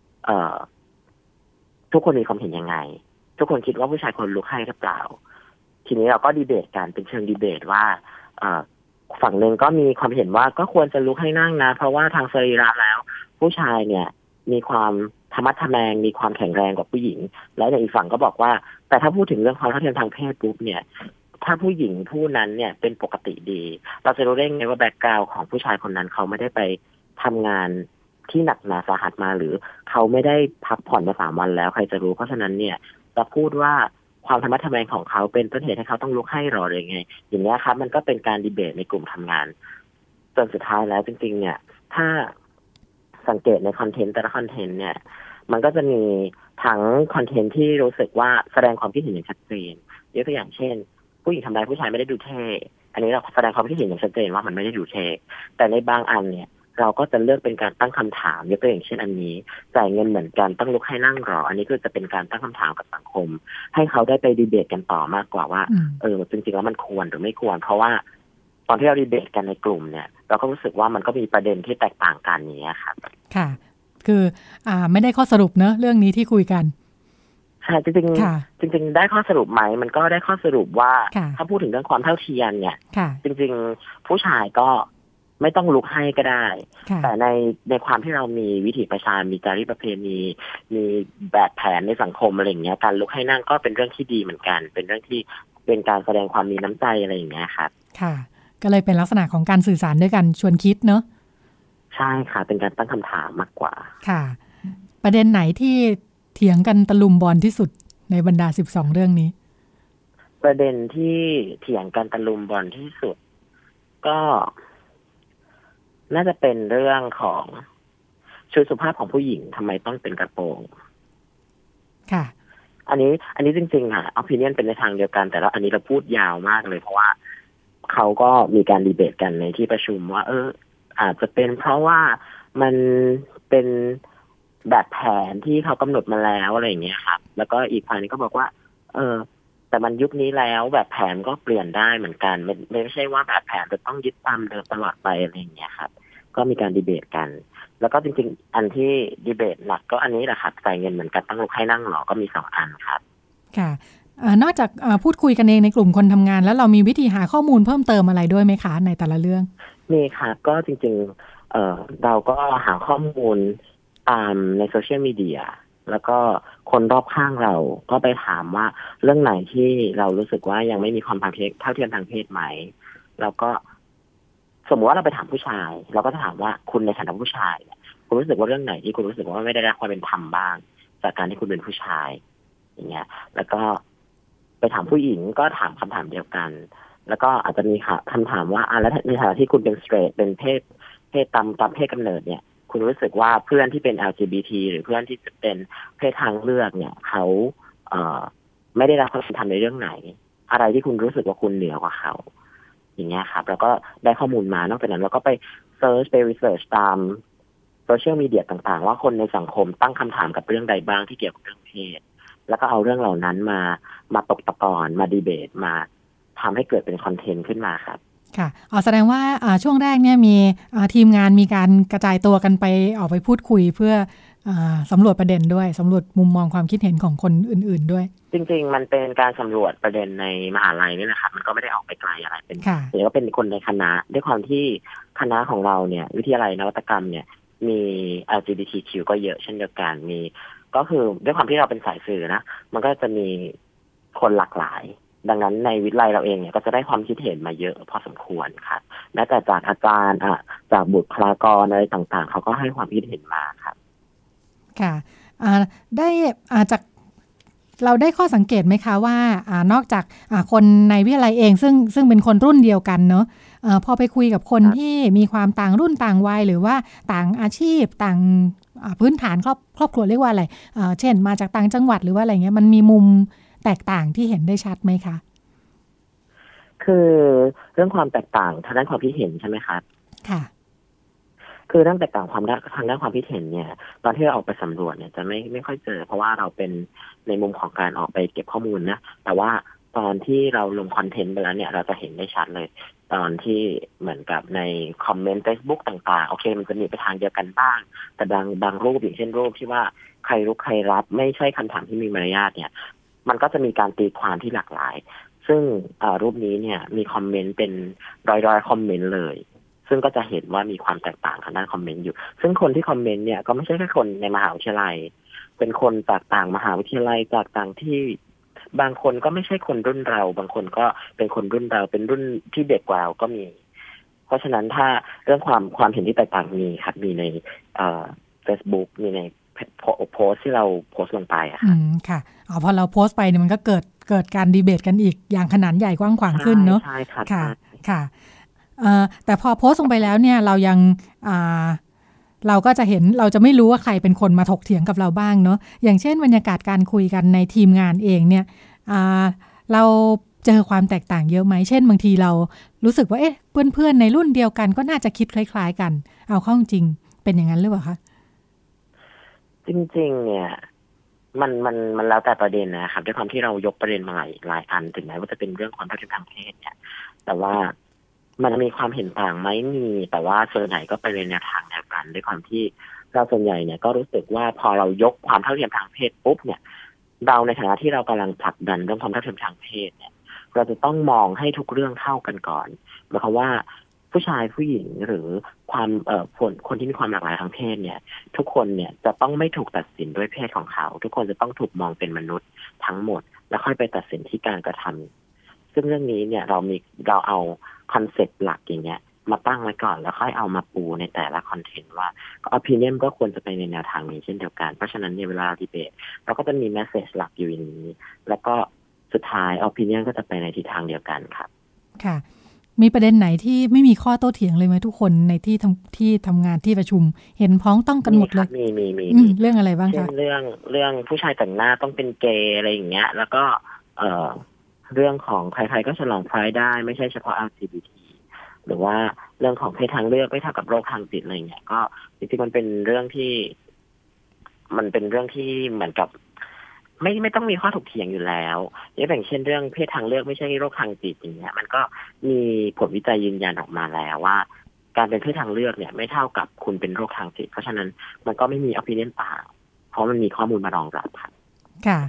ทุกคนมีความเห็นยังไงทุกคนคิดว่าผู้ชายควรลุกให้หรือเปล่าทีนี้เราก็ดีเบตกันเป็นเชิงดีเบตว่าฝั่งหนึ่งก็มีความเห็นว่าก็ควรจะลุกให้นั่งนะเพราะว่าทางสรีระแล้วผู้ชายเนี่ยมีความธรรมะทะแมงมีความแข็งแรงกว่าผู้หญิงแล้วในอีกฝั่งก็บอกว่าแต่ถ้าพูดถึงเรื่องความเท่าเทียมทางเพศปุ๊บเนี่ยถ้าผู้หญิงผู้นั้นเนี่ยเป็นปกติดีเราจะรู้ได้ไงว่าแบ็คกราวด์ของผู้ชายคนนั้นเขาไม่ได้ไปทำงานที่หนักหนาสาหัสมาหรือเขาไม่ได้พักผ่อนมา3 วันแล้วใครจะรู้เพราะฉะนั้นเนี่ยจะพูดว่าความธรรมะทะแมงของเขาเป็นต้นเหตุให้เขาต้องลุกให้หรอหรือไงอย่างนี้ครับมันก็เป็นการดีเบตในกลุ่มทำงานจนสุดท้ายแล้วจริงๆเนี่ยถ้าสังเกตในคอนเทนต์แต่ละคอนเทนต์เนี่ยมันก็จะมีทั้งคอนเทนต์ที่รู้สึกว่าแสดงความคิดเห็นอย่างชัดเจนยกตัวอย่างเช่นผู้หญิงทำร้ายผู้ชายไม่ได้ดูเท่อันนี้เราแสดงความคิดเห็นอย่างชัดเจนว่ามันไม่ได้ดูเท่แต่ในบางอันเนี่ยเราก็จะเลือกเป็นการตั้งคำถามยกตัวอย่างเช่นอันนี้จ่ายเงินเหมือนกันต้องลุกให้นั่งรออันนี้ก็จะเป็นการตั้งคำถามกับสังคมให้เขาได้ไปดีเบตกันต่อมากกว่าว่าจริงๆแล้วมันควรหรือไม่ควรเพราะว่าตอนที่เราดีเบตกันในกลุ่มเนี่ยเราก็รู้สึกว่ามันก็มีประเด็นที่แตกต่างกันนี้ครับค่ะคือไม่ได้ข้อสรุปเนอะเรื่องนี้ที่คุยกันใช่จริงๆจริงๆได้ข้อสรุปไหมมันก็ได้ข้อสรุปว่าถ้าพูดถึงเรื่องความเท่าเทียมเนี่ยจริงๆผู้ชายก็ไม่ต้องลุกให้ก็ได้แต่ในความที่เรามีวิถีประชามีจารีตประเพณีมีแบบแผนในสังคมอะไรอย่างเงี้ยการลุกให้นั่งก็เป็นเรื่องที่ดีเหมือนกันเป็นเรื่องที่เป็นการแสดงความมีน้ำใจอะไรอย่างเงี้ยครับค่ะก็เลยเป็นลักษณะของการสื่อสารด้วยกันชวนคิดเนอะใช่ค่ะเป็นการตั้งคำถามมากกว่าค่ะประเด็นไหนที่เถียงกันตะลุมบอลที่สุดในบรรดา12เรื่องนี้ประเด็นที่เถียงกันตะลุมบอลที่สุดก็น่าจะเป็นเรื่องของชุดสุภาพของผู้หญิงทำไมต้องเป็นกระโปรงค่ะอันนี้จริงๆค่ะopinionเป็นในทางเดียวกันแต่แล้วอันนี้เราพูดยาวมากเลยเพราะว่าเขาก็มีการดีเบตกันในที่ประชุมว่าอาจจะเป็นเพราะว่ามันเป็นแบบแผนที่เขากำหนดมาแล้วอะไรอย่างเงี้ยครับแล้วก็อีกฝ่ายนึงก็บอกว่าแต่มันยุคนี้แล้วแบบแผนก็เปลี่ยนได้เหมือนกันไม่ใช่ว่าแบบแผนจะต้องยึดตามเดิมตลอดไปอะไรอย่างเงี้ยครับก็มีการดีเบตกันแล้วก็จริงๆอันที่ดีเบตหนักก็อันนี้แหละครับจ่ายเงินเหมือนกันต้องลุกให้นั่งหรอก็มี2 อันครับค่ะนอกจากพูดคุยกันเองในกลุ่มคนทำงานแล้วเรามีวิธีหาข้อมูลเพิ่มเติมอะไรด้วยไหมคะในแต่ละเรื่องมีค่ะก็จริงๆเราก็หาข้อมูลตามในโซเชียลมีเดียแล้วก็คนรอบข้างเราก็ไปถามว่าเรื่องไหนที่เรารู้สึกว่ายังไม่มีความเท่าเทียมทางเพศไหมแล้วก็สมมติว่าเราไปถามผู้ชายเราก็จะถามว่าคุณในฐานะผู้ชายคุณรู้สึกว่าเรื่องไหนที่คุณรู้สึกว่าไม่ได้รับความเป็นธรรมบ้างจากการที่คุณเป็นผู้ชายอย่างเงี้ยแล้วก็ไปถามผู้หญิงก็ถามคำถามเดียวกันแล้วก็อาจจะมีคำถามว่าแล้วในฐานะที่คุณเป็นสเตรทเป็นเพศตามเพศกำเนิดเนี่ยคุณรู้สึกว่าเพื่อนที่เป็น LGBT หรือเพื่อนที่จะเป็นเพศทางเลือกเนี่ยเขาไม่ได้รับความเป็นธรรมในเรื่องไหนอะไรที่คุณรู้สึกว่าคุณเหนือกว่าเขาอย่างเงี้ยครับแล้วก็ได้ข้อมูลมานอกจากนั้นเราก็ไปเซิร์ชไปรีเสิร์ชตามโซเชียลมีเดียต่างๆว่าคนในสังคมตั้งคำถามกับเรื่องใดบ้างที่เกี่ยวกับเรื่องเพศแล้วก็เอาเรื่องเหล่านั้นมาตกตะกอนมาดีเบตมาทำให้เกิดเป็นคอนเทนต์ขึ้นมาครับค่ะแสดงว่าช่วงแรกเนี่ยมีทีมงานมีการกระจายตัวกันไปออกไปพูดคุยเพื่อสำรวจประเด็นด้วยสำรวจมุมมองความคิดเห็นของคนอื่นๆด้วยจริงๆมันเป็นการสำรวจประเด็นในมหาลัยนี่แหละครับมันก็ไม่ได้ออกไปไกลอะไรเป็นหรือว่าเป็นคนในคณะด้วยความที่คณะของเราเนี่ยวิทยาลัยนวัตกรรมเนี่ยมี LGBTQ ก็เยอะเช่นเดียวกันมีก็คือด้วยความที่เราเป็นสายสื่อนะมันก็จะมีคนหลากหลายดังนั้นในวิทยาลัยเราเองเนี่ยก็จะได้ความคิดเห็นมาเยอะพอสมควรครับแม้แต่จากอาจารย์จากบุคลากรอะไรต่างๆเขาก็ให้ความคิดเห็นมาครับค่ะได้จากเราได้ข้อสังเกตไหมคะว่านอกจากคนในวิทยาลัยเองซึ่งเป็นคนรุ่นเดียวกันเนาะพอไปคุยกับคนที่มีความต่างรุ่นต่างวัยหรือว่าต่างอาชีพต่างพื้นฐานครอบครัวเรียกว่าอะไรเช่นมาจากต่างจังหวัดหรือว่าอะไรเงี้ยมันมีมุมแตกต่างที่เห็นได้ชัดไหมคะคือเรื่องความแตกต่างทางด้านความคิดเห็นใช่ไหมครับค่ะคือเรื่องแตกต่างทางด้านความคิดเห็นเนี่ยตอนที่เราออกไปสำรวจเนี่ยจะไม่ค่อยเจอเพราะว่าเราเป็นในมุมของการออกไปเก็บข้อมูลนะแต่ว่าตอนที่เราลงคอนเทนต์ไปแล้วเนี่ยเราจะเห็นได้ชัดเลยตอนที่เหมือนกับในคอมเมนต์ Facebook ต่างๆโอเคมันจะมีไปทางเดียวกันบ้างแต่บางรูปอย่างเช่นรูปที่ว่าใครรู้ใครรับไม่ใช่คำถามที่มีมารยาทเนี่ยมันก็จะมีการตีความที่หลากหลายซึ่งรูปนี้เนี่ยมีคอมเมนต์เป็นร้อยคอมเมนต์เลยซึ่งก็จะเห็นว่ามีความแตกต่างทางด้านคอมเมนต์อยู่ซึ่งคนที่คอมเมนต์เนี่ยก็ไม่ใช่แค่คนในมหาวิทยาลัยเป็นคนจากต่างมหาวิทยาลัยจากต่างที่บางคนก็ไม่ใช่คนรุ่นเราบางคนก็เป็นคนรุ่นเราเป็นรุ่นที่เด็กกว่าเราก็มีเพราะฉะนั้นถ้าเรื่องความเห็นที่แตกต่างมีครับมีในFacebook มีในโพสที่เราโพสลงไปค่ะพอเราโพสต์ไปเนี่ยมันก็เกิดการดีเบตกันอีกอย่างขนาดใหญ่กว้างขวางขึ้นเนาะใช่ค่ะค่ะแต่พอโพสต์ลงไปแล้วเนี่ยเรายังเราก็จะเห็นเราจะไม่รู้ว่าใครเป็นคนมาถกเถียงกับเราบ้างเนาะอย่างเช่นบรรยากาศการคุยกันในทีมงานเองเนี่ยเราเจอความแตกต่างเยอะไหมเช่นบางทีเรารู้สึกว่าเพื่อนๆในรุ่นเดียวกันก็น่าจะคิดคล้ายๆกันเอาเข้าจริงเป็นอย่างนั้นหรือเปล่าคะจริงๆเนี่ยมันแล้วแต่ประเด็นนะครับด้วยความที่เรายกประเด็นมาหลายอันถึงแม้ว่าจะเป็นเรื่องความเท่าเทียมทางเพศเนี่ยแต่ว่ามันมีความเห็นต่างไหมมีแต่ว่าส่วนใหญ่ก็ไปในแนวทางเดียวกันด้วยความที่เราส่วนใหญ่เนี่ยก็รู้สึกว่าพอเรายกความเท่าเทียมทางเพศปุ๊บเนี่ยเราในฐานะที่เรากำลังผลักดันเรื่องความเท่าเทียมทางเพศเนี่ยเราจะต้องมองให้ทุกเรื่องเท่ากันก่อนหมายความว่าผู้ชายผู้หญิงหรือความคนที่มีความหลากหลายทางเพศเนี่ยทุกคนเนี่ยจะต้องไม่ถูกตัดสินด้วยเพศของเขาทุกคนจะต้องถูกมองเป็นมนุษย์ทั้งหมดแล้วค่อยไปตัดสินที่การกระทำซึ่งเรื่องนี้เนี่ยเราเอาคอนเซ็ปต์หลักอย่างเงี้ยมาตั้งไว้ก่อนแล้วค่อยเอามาปูในแต่ละคอนเทนต์ว่าopinion ก็ควรจะไปในแนวทางนี้เช่นเดียวกันเพราะฉะนั้นเนี่ยเวลาดีเบตเราก็จะมี message หลักอยู่อย่างนี้แล้วก็สุดท้าย opinion ก็จะไปในทิศทางเดียวกันครับค่ะมีประเด็นไหนที่ไม่มีข้อโต้เถียงเลยไหมทุกคนในที่ทำงานที่ประชุมเห็นพ้องต้องกันหมดเลยมีเรื่องอะไรบ้างคะเรื่องผู้ชายแต่งหน้าต้องเป็นเกย์อะไรอย่างเงี้ยแล้วก็เรื่องของใครๆก็ฉลองไพร์ได้ไม่ใช่เฉพาะ LGBT หรือว่าเรื่องของเพศทางเลือกไม่เท่ากับโรคทางจิตอะไรเงี้ยก็จริงๆมันเป็นเรื่องที่เหมือนกับไม่ต้องมีข้อถกเถียงอยู่แล้วอย่างเช่นเรื่องเพศทางเลือกไม่ใช่โรคทางจิตอย่างเงี้ยมันก็มีผลวิจัยยืนยันออกมาแล้วว่าการเป็นเพศทางเลือกเนี่ยไม่เท่ากับคุณเป็นโรคทางจิตเพราะฉะนั้นมันก็ไม่มี opinion ต่างเพราะมันมีข้อมูลมารองรับค่ะ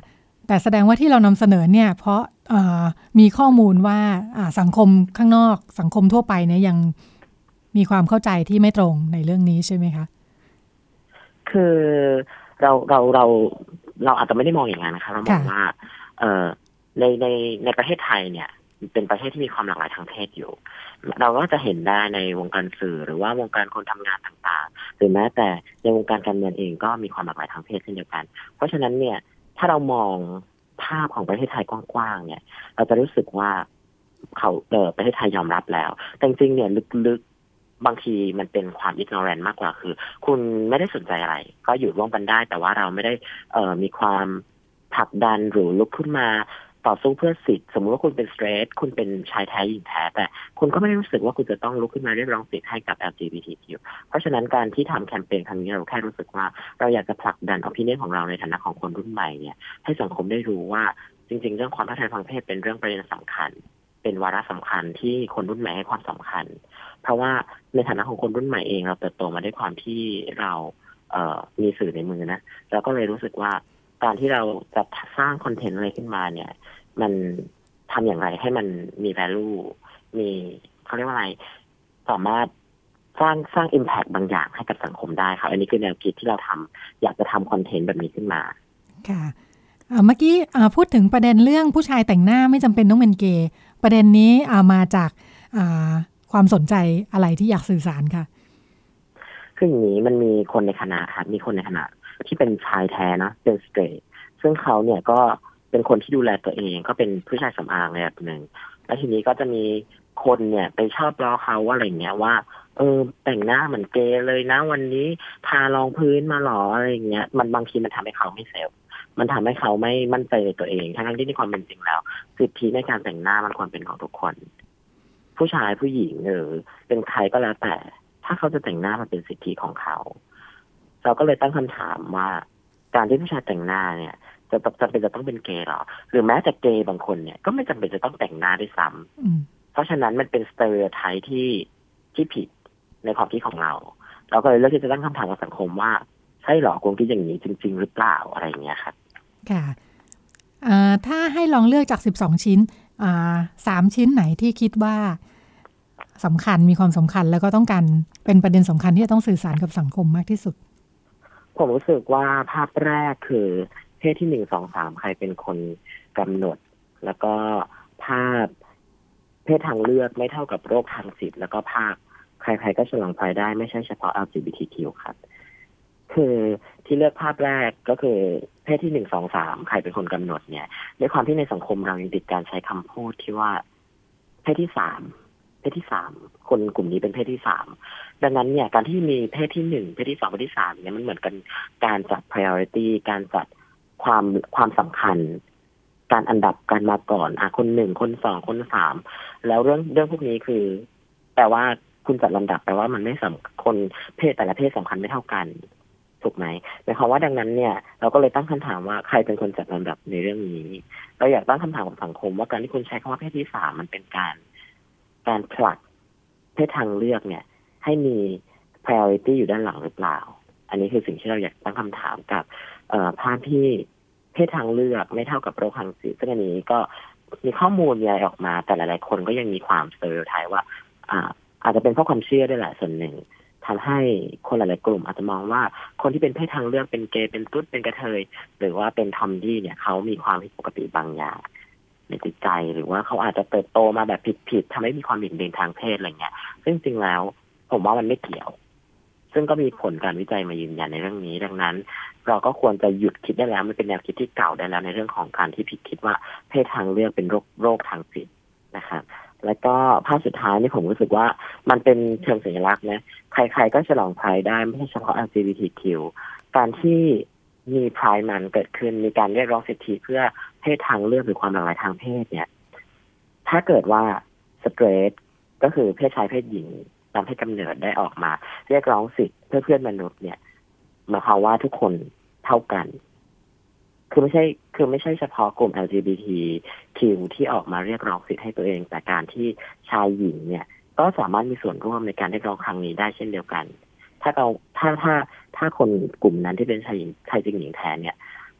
แต่แสดงว่าที่เรานำเสนอเนี่ยเพราะมีข้อมูลว่าสังคมข้างนอกสังคมทั่วไปเนี่ยยังมีความเข้าใจที่ไม่ตรงในเรื่องนี้ใช่ไหมคะคือเราอาจจะไม่ได้มองอย่างนั้นนะคะเรามองว่าในประเทศไทยเนี่ยเป็นประเทศที่มีความหลากหลายทางเพศอยู่เราก็จะเห็นได้ในวงการสื่อหรือว่าวงการคนทำงานต่างๆหรือแม้แต่ในวงการการเมืองเองก็มีความหลากหลายทางเพศเช่นเดียวกันเพราะฉะนั้นเนี่ยถ้าเรามองภาพของประเทศไทยกว้างๆเนี่ยเราจะรู้สึกว่าประเทศไทยยอมรับแล้วแต่จริงๆเนี่ยลึกบางทีมันเป็นความอิกโนแรนต์มากกว่าคือคุณไม่ได้สนใจอะไรก็อยู่ร่วมกันได้แต่ว่าเราไม่ได้มีความผลักดันหรือลุกขึ้นมาต่อสู้เพื่อสิทธิ์สมมติว่าคุณเป็นสเตรทคุณเป็นชายแท้หญิงแท้แต่คุณก็ไม่ได้รู้สึกว่าคุณจะต้องลุกขึ้นมาเรียกร้องสิทธิ์ให้กับ LGBTQ เพราะฉะนั้นการที่ทำแคมเปญครั้งนี้เราแค่รู้สึกว่าเราอยากจะผลักดันopinionของเราในฐานะของคนรุ่นใหม่เนี่ยให้สังคมได้รู้ว่าจริงๆเรื่องความเท่าเทียมทางเพศเป็นเรื่องประเด็นสำคัญเป็นวาระสำคัญที่คนรุ่นใหม่ให้ความสำคัญเพราะว่าในฐานะของคนรุ่นใหม่เองเราเติบโตมาด้วยความที่เรามีสื่อในมือนะเราก็เลยรู้สึกว่าการที่เราจะสร้างคอนเทนต์อะไรขึ้นมาเนี่ยมันทำอย่างไรให้มันมี value มีเขาเรียกว่าอะไรสามารถสร้าง impact บางอย่างให้กับสังคมได้ค่ะอันนี้คือแนวคิดที่เราอยากจะทำคอนเทนต์แบบนี้ขึ้นมาค่ะเมื่อกี้พูดถึงประเด็นเรื่องผู้ชายแต่งหน้าไม่จำเป็นต้องเป็นเกย์ประเด็นนี้มาจากความสนใจอะไรที่อยากสื่อสารค่ะคืออย่างนี้มันมีคนในคณะครับมีคนในคณะที่เป็นชายแท้นะเป็นสเตรทซึ่งเขาเนี่ยก็เป็นคนที่ดูแลตัวเองก็เป็นผู้ชายสำอางแบบหนึ่งแล้วทีนี้ก็จะมีคนเนี่ยไปชอบล้อเขาว่าอะไรเงี้ยว่าแต่งหน้าเหมือนเกย์เลยนะวันนี้ทารองพื้นมาหรออะไรเงี้ยมันบางทีมันทำให้เขาไม่เซลฟ์มันทำให้เขาไม่มั่นใจในตัวเองทั้งที่ในความเป็นจริงแล้วสิทธิในการแต่งหน้ามันควรเป็นของทุกคนผู้ชายผู้หญิงเป็นใครก็แล้วแต่ถ้าเขาจะแต่งหน้ามันเป็นสิทธิของเขาเราก็เลยตั้งคำถามว่าการที่ผู้ชายแต่งหน้าเนี่ยจะจำเป็นจะต้องเป็นเกย์หรอหรือแม้แต่เกย์บางคนเนี่ยก็ไม่จำเป็นจะต้องแต่งหน้าด้วยซ้ำเพราะฉะนั้นมันเป็นสเตอริโอไทป์ที่ผิดในความคิดของเราก็เลยเลือกที่จะตั้งคำถามกับสังคมว่าใช่หรอคุณคิดอย่างนี้จริงๆหรือเปล่าอะไรอย่างเงี้ยครับค่ะถ้าให้ลองเลือกจาก12ชิ้น3ชิ้นไหนที่คิดว่าสำคัญมีความสำคัญแล้วก็ต้องการเป็นประเด็นสำคัญที่จะต้องสื่อสารกับสังคมมากที่สุดผมรู้สึกว่าภาพแรกคือเพศที่1 2 3ใครเป็นคนกำหนดแล้วก็ภาพเพศทางเลือกไม่เท่ากับโรคทางจิตแล้วก็ภาพใครๆก็ฉลองภายได้ไม่ใช่เฉพาะ LGBTQ ครับคือที่เลือกภาพแรกก็คือเพศที่1 2 3ใครเป็นคนกำหนดเนี่ยด้วยความที่ในสังคมเรายังติดการใช้คำพูดที่ว่าเพศที่3คนกลุ่มนี้เป็นเพศที่3ดังนั้นเนี่ยการที่มีเพศที่1เพศที่2เพศที่3เนี่ยมันเหมือนกันการจัด priority การจัดความสำคัญการอันดับการมาก่อนคน1คน2คน3แล้วเรื่องพวกนี้คือแปลว่าคุณจัดลำดับแปลว่ามันไม่คนเพศแต่ละเพศสำคัญไม่เท่ากันถูกไหมหมายความว่าดังนั้นเนี่ยเราก็เลยตั้งคำถามว่าใครเป็นคนจัดลำดับในเรื่องนี้เราอยากตั้งคำถามกับสังคมว่าการที่คุณใช้คำว่าเพศที่3มันเป็นการผลักเพศทางเลือกเนี่ยให้มี priority อยู่ด้านหลังหรือเปล่าอันนี้คือสิ่งที่เราอยากตั้งคำถามกับภาพที่เพศทางเลือกไม่เท่ากับโรคทางจิตซึ่งอันนี้ก็มีข้อมูลใหญ่ออกมาแต่หลายๆคนก็ยังมีความสเตอริโอไทป์ว่าอาจจะเป็นเพราะความเชื่อด้วยแหละส่วนหนึ่งทำให้คนหลายๆกลุ่มอาจจะมองว่าคนที่เป็นเพศทางเลือกเป็นเกย์เป็นตุ๊ดเป็นกระเทยหรือว่าเป็นทอมดี้เนี่ยเขามีความผิดปกติบางอย่างในจิตใจหรือว่าเขาอาจจะเติบโตมาแบบผิดๆทำให้มีความเบี่ยงเบนทางเพศอะไรเงี้ยซึ่งจริงแล้วผมว่ามันไม่เกี่ยวซึ่งก็มีผลการวิจัยมายืนยันในเรื่องนี้ดังนั้นเราก็ควรจะหยุดคิดได้แล้วมันเป็นแนวคิดที่เก่าได้แล้วในเรื่องของการที่ผิดคิดว่าเพศทางเลือกเป็นโรคทางจิตนะครับแล้วก็ภาพสุดท้ายนี่ผมรู้สึกว่ามันเป็นเชิงสัญลักษณ์นะใครๆก็ฉลองไพร์ได้ไม่ใช่เฉพาะ LGBTQ การที่มีไพร์มันเกิดขึ้นมีการเรียกร้องสิทธิเพื่อเพศทางเลือกหรือความหลากหลายทางเพศเนี่ยถ้าเกิดว่าสเตรทก็คือเพศชายเพศหญิงตามเพศกำเนิดได้ออกมาเรียกร้องสิทธิเพื่อนมนุษย์เนี่ยหมายความว่าทุกคนเท่ากันคือไม่ใช่เฉพาะกลุ่ม LGBTQ ที่ออกมาเรียกร้องสิทธิให้ตัวเองแต่การที่ชายหญิงเนี่ยก็สามารถมีส่วนร่วมในการเรียกร้องครั้งนี้ได้เช่นเดียวกันถ้าคนกลุ่มนั้นที่เป็นชายหญิงชายจริงหญิงแทนเนี่ย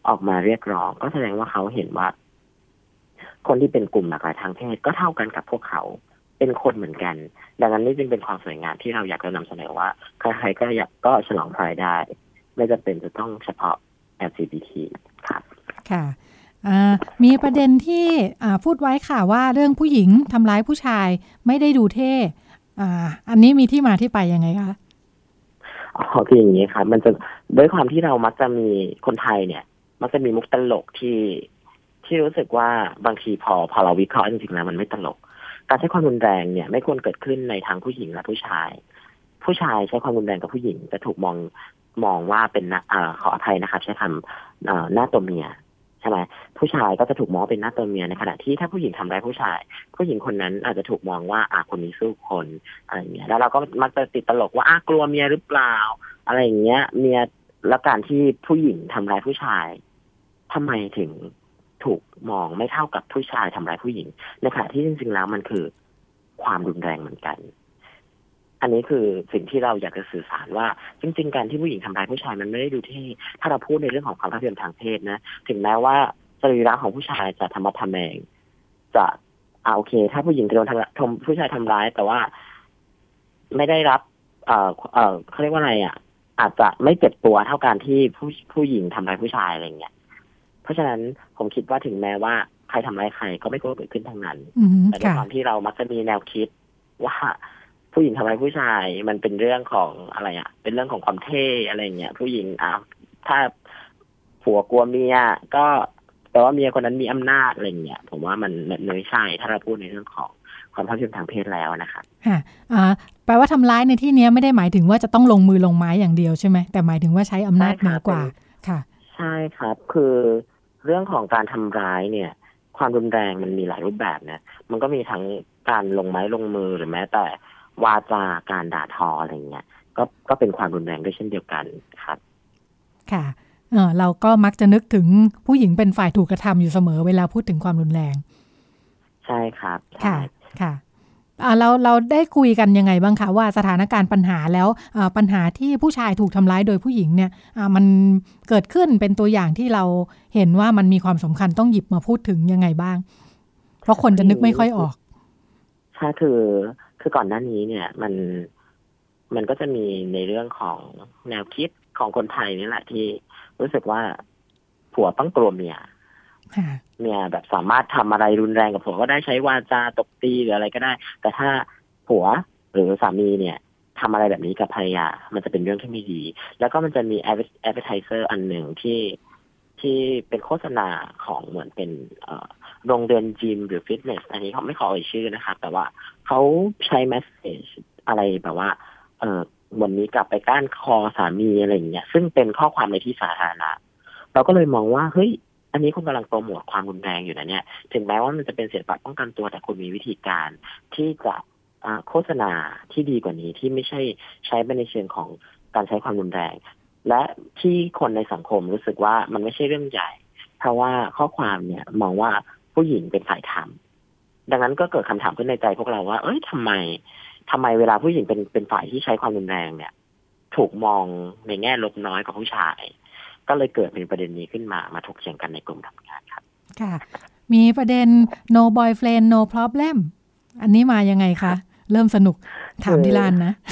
ออกมาเรียกร้องก็แสดงว่าเขาเห็นว่าคนที่เป็นกลุ่มหลากหลายทางเพศก็เท่ากันกับพวกเขาเป็นคนเหมือนกันดังนั้นนี่จึงเป็นความสวยงามที่เราอยากจะนำเสนอว่าใครๆก็อยากก็ฉลองไพร์ได้ไม่จำเป็นจะต้องเฉพาะ LGBT ครับค่ะมีประเด็นที่พูดไว้ค่ะว่าเรื่องผู้หญิงทำร้ายผู้ชายไม่ได้ดูเท่อันนี้มีที่มาที่ไปยังไงคะคืออย่างนี้ครับมันจะด้วยความที่เรามักจะมีคนไทยเนี่ยมักจะมีมุกตลกที่รู้สึกว่าบางทีพอเราวิเคราะห์จริงๆแล้วมันไม่ตลกการใช้ความรุนแรงเนี่ยไม่ควรเกิดขึ้นในทางผู้หญิงและผู้ชายใช้ความรุนแรงกับผู้หญิงจะถูกมองว่าเป็นขออภัยนะครับใช้คำหน้าตัวเมียใช่ไหมผู้ชายก็จะถูกมองเป็นหน้าตัวเมียในขณะที่ถ้าผู้หญิงทำร้ายผู้ชายผู้หญิงคนนั้นอาจจะถูกมองว่าคนนี้สู้คนอะไรอย่างเงี้ยแล้วเราก็มักจะติดตลกว่ากลัวเมียหรือเปล่าอะไรอย่างเงี้ยเมียแล้วการที่ผู้หญิงทำร้ายผู้ชายทำไมถึงถูกมองไม่เท่ากับผู้ชายทำร้ายผู้หญิงในขณะที่จริงๆแล้วมันคือความรุนแรงเหมือนกันอันนี้คือสิ่งที่เราอยากจะสื่อสารว่าจริงๆการที่ผู้หญิงทำร้ายผู้ชายมันไม่ได้ดูที่ถ้าเราพูดในเรื่องของความเท่าเทียมทางเพศนะถึงแม้ว่าสรีระของผู้ชายจะธรรมะทแมงจะโอเคถ้าผู้หญิงโดนผู้ชายทำร้ายแต่ว่าไม่ได้รับเขาเรียกว่าอะไรอาจจะไม่เจ็บตัวเท่าการที่ผู้หญิงทำร้ายผู้ชายอะไรเงี้ยเพราะฉะนั้นผมคิดว่าถึงแม้ว่าใครทำร้ายใครก็ไม่ควรเกิดขึ้นทั้งนั้นแต่ในความที่เรามักจะมีแนวคิดว่าผู้หญิงทำร้ายผู้ชายมันเป็นเรื่องของอะไรเป็นเรื่องของความเท่อะไรเงี้ยผู้หญิงถ้าผัวกลัวเมียก็แปลว่าเมียคนนั้นมีอำนาจอะไรเงี้ยผมว่ามันไม่ใช่ถ้าเราพูดในเรื่องของความเท่าเทียมทางเพศแล้วนะครับแปลว่าทำร้ายในที่นี้ไม่ได้หมายถึงว่าจะต้องลงมือลงไม้อย่างเดียวใช่ไหมแต่หมายถึงว่าใช้อำนาจเหนือกว่าค่ะใช่ครับคือเรื่องของการทำร้ายเนี่ยความรุนแรงมันมีหลายรูปแบบนะมันก็มีทั้งการลงไม้ลงมือหรือแม้แต่วาจาการด่าทออะไรเงี้ยก็เป็นความรุนแรงด้วยเช่นเดียวกันครับค่ะเราก็มักจะนึกถึงผู้หญิงเป็นฝ่ายถูกกระทำอยู่เสมอเวลาพูดถึงความรุนแรงใช่ครับค่ะเราได้คุยกันยังไงบ้างคะว่าสถานการณ์ปัญหาแล้วปัญหาที่ผู้ชายถูกทำร้ายโดยผู้หญิงเนี่ยมันเกิดขึ้นเป็นตัวอย่างที่เราเห็นว่ามันมีความสำคัญต้องหยิบมาพูดถึงยังไงบ้างเพราะคนจะนึกไม่ค่อยออกใช่คือก่อนหน้านี้เนี่ยมันก็จะมีในเรื่องของแนวคิดของคนไทยนี่แหละที่รู้สึกว่าผัวต้องกลัวเมียแบบสามารถทำอะไรรุนแรงกับผัวก็ได้ใช้วาจาตบตีหรืออะไรก็ได้แต่ถ้าผัวหรือสามีเนี่ยทำอะไรแบบนี้กับภรรยามันจะเป็นเรื่องที่ไม่ดีแล้วก็มันจะมี advertiser อันหนึ่งที่เป็นโฆษณาของเหมือนเป็นโรงเรียนจิมหรือฟิตเนสอันนี้เขาไม่ขอเอ่ยชื่อนะครับแต่ว่าเขาใช้ message อะไรแบบว่าวันนี้กลับไปก้านคอสามีอะไรอย่างเงี้ยซึ่งเป็นข้อความในที่สาธารณะเราก็เลยมองว่าเฮ้ยอันนี้คุณกำลังโปรโมทความรุนแรงอยู่นะเนี่ยถึงแม้ว่ามันจะเป็นศิลปะป้องกันตัวแต่คุณมีวิธีการที่จะโฆษณาที่ดีกว่านี้ที่ไม่ใช่ใช้ในเชิงของการใช้ความรุนแรงและที่คนในสังคมรู้สึกว่ามันไม่ใช่เรื่องใหญ่เพราะว่าข้อความเนี่ยมองว่าผู้หญิงเป็นฝ่ายทำดังนั้นก็เกิดคำถามขึ้นในใจพวกเราว่าทำไมเวลาผู้หญิงเป็นฝ่ายที่ใช้ความรุนแรงเนี่ยถูกมองในแง่ลบน้อยกว่าผู้ชายก็เลยเกิดเป็นประเด็นนี้ขึ้นมาถกเถียงกันในกลุ่มทำงานครับค่ะมีประเด็น no boyfriend no problem อันนี้มายังไงคะเริ่มสนุกถามดิลานนะ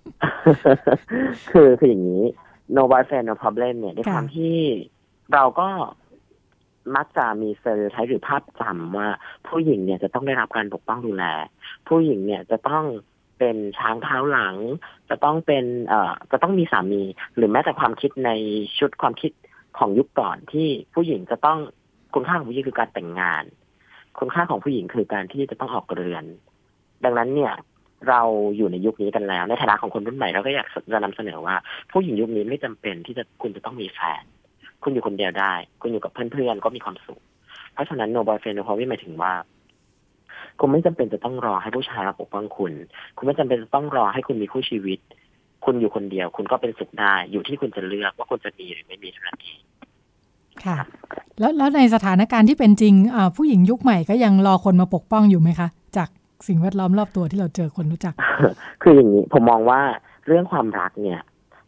คืออย่างนี้ no boyfriend no problem เนี่ยด้วยความที่เราก็มักจะมีสเตอริโอไทป์หรือภาพจำว่าผู้หญิงเนี่ยจะต้องได้รับการปกป้องดูแลผู้หญิงเนี่ยจะต้องเป็นช้างเท้าหลังจะต้องเป็นจะต้องมีสามีหรือแม้แต่ความคิดในชุดความคิดของยุคก่อนที่ผู้หญิงจะต้องคุณค่าของผู้หญิงคือการแต่งงานคุณค่าของผู้หญิงคือการที่จะต้องออกเรือนดังนั้นเนี่ยเราอยู่ในยุคนี้กันแล้วในฐานะของคนรุ่นใหม่เราก็อยากจะนำเสนอว่าผู้หญิงยุคนี้ไม่จำเป็นที่คุณจะต้องมีแฟนคุณอยู่คนเดียวได้คุณอยู่กับเพื่อนๆก็มีความสุขเพราะฉะนั้น no boyfriend no problem หมายถึงว่าคุณไม่จำเป็นจะต้องรอให้ผู้ชายมาปกป้องคุณไม่จำเป็นจะต้องรอให้คุณมีคู่ชีวิตคุณอยู่คนเดียวคุณก็เป็นสุขได้อยู่ที่คุณจะเลือกว่าคุณจะมีหรือไม่มีเท่านั้นเองค่ะแล้วในสถานการณ์ที่เป็นจริงผู้หญิงยุคใหม่ก็ยังรอคนมาปกป้องอยู่ไหมคะจากสิ่งแวดล้อมรอบตัวที่เราเจอคนรู้จักคืออย่างนี้ผมมองว่าเรื่องความรักเนี่ย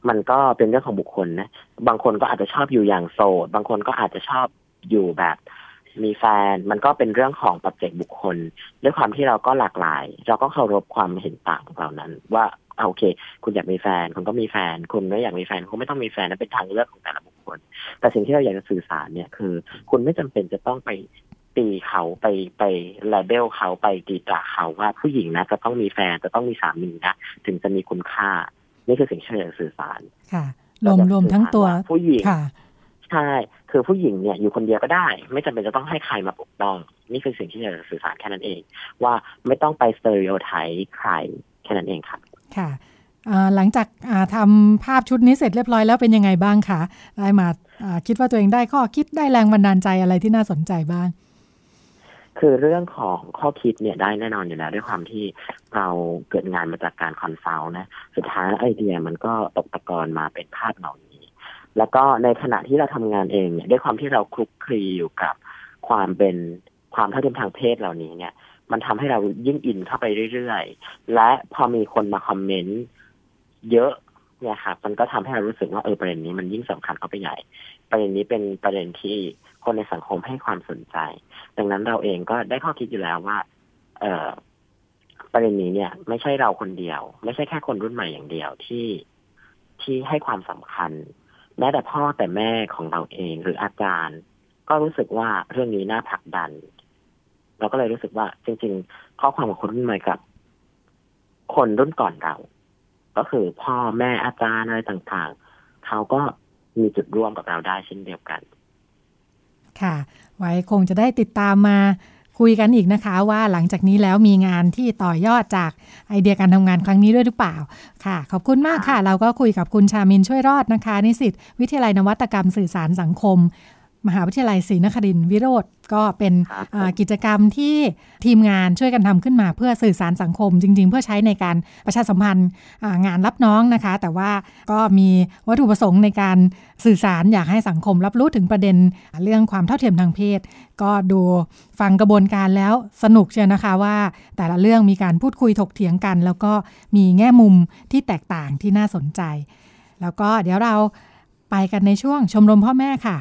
มันก็เป็นเรื่องของบุคคลนะบางคนก็อาจจะชอบอยู่อย่างโสดบางคนก็อาจจะชอบอยู่แบบมีแฟนมันก็เป็นเรื่องของปัจเจกบุคคลด้วยความที่เราก็หลากหลายเราก็เคารพความเห็นต่างเหล่านั้นว่าโอเคคุณอยากมีแฟนคุณก็มีแฟนคุณไม่อยากมีแฟนคุณไม่ต้องมีแฟนนั่นเป็นทางเลือกของแต่ละบุคคลแต่สิ่งที่เราอยากจะสื่อสารเนี่ยคือคุณไม่จำเป็นจะต้องไปตีเขาไปเลเบลเขาไปตีตราเขาว่าผู้หญิงนะจะต้องมีแฟนจะต้องมีสามีนะถึงจะมีคุณค่านี่คือสิ่งที่เราอยากสื่อสารค่ะรวมทั้งตัวผู้หญิงใช่คือผู้หญิงเนี่ยอยู่คนเดียวก็ได้ไม่จำเป็นจะต้องให้ใครมาปกป้องนี่คือสิ่งที่อยากจะสื่อสารแค่นั้นเองว่าไม่ต้องไปสเตอริโอไทป์ใครแค่นั้นเองครับค่ะหลังจากทำภาพชุดนี้เสร็จเรียบร้อยแล้วเป็นยังไงบ้างคะได้มาคิดว่าตัวเองได้ข้อคิดได้แรงบันดาลใจอะไรที่น่าสนใจบ้างคือเรื่องของข้อคิดเนี่ยได้แน่นอนอยู่แล้วด้วยความที่เราเกิดงานมาจากการคอนซัลท์นะสุดท้ายไอเดียมันก็ตกตะกอนมาเป็นภาพเหล่านี้แล้วก็ในขณะที่เราทำงานเองเนี่ยด้วยความที่เราคลุกคลีอยู่กับความเท่าเทียมทางเพศเหล่านี้เนี่ยมันทำให้เรายิ่งอินเข้าไปเรื่อยๆและพอมีคนมาคอมเมนต์เยอะเนี่ยครับมันก็ทำให้เรารู้สึกว่าประเด็นนี้มันยิ่งสำคัญเข้าไปใหญ่ประเด็นนี้เป็นประเด็นที่คนในสังคมให้ความสนใจดังนั้นเราเองก็ได้ข้อคิดอยู่แล้วว่าประเด็นนี้เนี่ยไม่ใช่เราคนเดียวไม่ใช่แค่คนรุ่นใหม่อย่างเดียวที่ให้ความสำคัญแม้แต่พ่อแต่แม่ของเราเองหรืออาจารย์ก็รู้สึกว่าเรื่องนี้น่าผลักดันเราก็เลยรู้สึกว่าจริงๆข้อความของคนรุ่นใหม่กับคนรุ่นก่อนเราก็คือพ่อแม่อาจารย์อะไรต่างๆเขาก็มีจุดร่วมกับเราได้เช่นเดียวกันค่ะไว้คงจะได้ติดตามมาคุยกันอีกนะคะว่าหลังจากนี้แล้วมีงานที่ต่อยอดจากไอเดียการทำงานครั้งนี้ด้วยหรือเปล่าค่ะขอบคุณมากค่ะเราก็คุยกับคุณชามินช่วยรอดนะคะนิสิตวิทยาลัยนวัตกรรมสื่อสารสังคมมหาวิทยาลัยศรีนครินทร์วิโรจน์ก็เป็นกิจกรรมที่ทีมงานช่วยกันทำขึ้นมาเพื่อสื่อสารสังคมจริงๆเพื่อใช้ในการประชาสัมพันธ์งานรับน้องนะคะแต่ว่าก็มีวัตถุประสงค์ในการสื่อสารอยากให้สังคมรับรู้ถึงประเด็นเรื่องความเท่าเทียมทางเพศก็ดูฟังกระบวนการแล้วสนุกเชียวนะคะว่าแต่ละเรื่องมีการพูดคุยถกเถียงกันแล้วก็มีแง่มุมที่แตกต่างที่น่าสนใจแล้วก็เดี๋ยวเราไปกันในช่วงชมรมพ่อแม่ค่ะ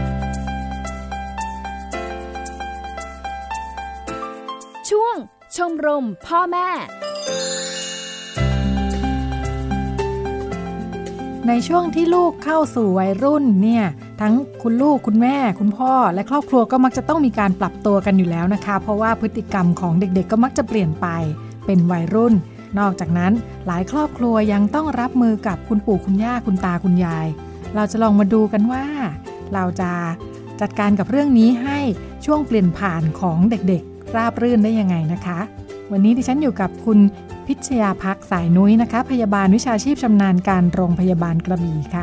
ช่วงชมรมพ่อแม่ในช่วงที่ลูกเข้าสู่วัยรุ่นเนี่ยทั้งคุณลูกคุณแม่คุณพ่อและครอบครัวก็มักจะต้องมีการปรับตัวกันอยู่แล้วนะคะเพราะว่าพฤติกรรมของเด็กๆก็มักจะเปลี่ยนไปเป็นวัยรุ่นนอกจากนั้นหลายครอบครัวยังต้องรับมือกับคุณปู่คุณย่าคุณตาคุณยายเราจะลองมาดูกันว่าเราจะจัดการกับเรื่องนี้ให้ช่วงเปลี่ยนผ่านของเด็กๆราบรื่นได้ยังไงนะคะวันนี้ดิฉันอยู่กับคุณพิชยาภักดิ์สายนุ้ยนะคะพยาบาลวิชาชีพชำนาญการโรงพยาบาลกระบี่ค่ะ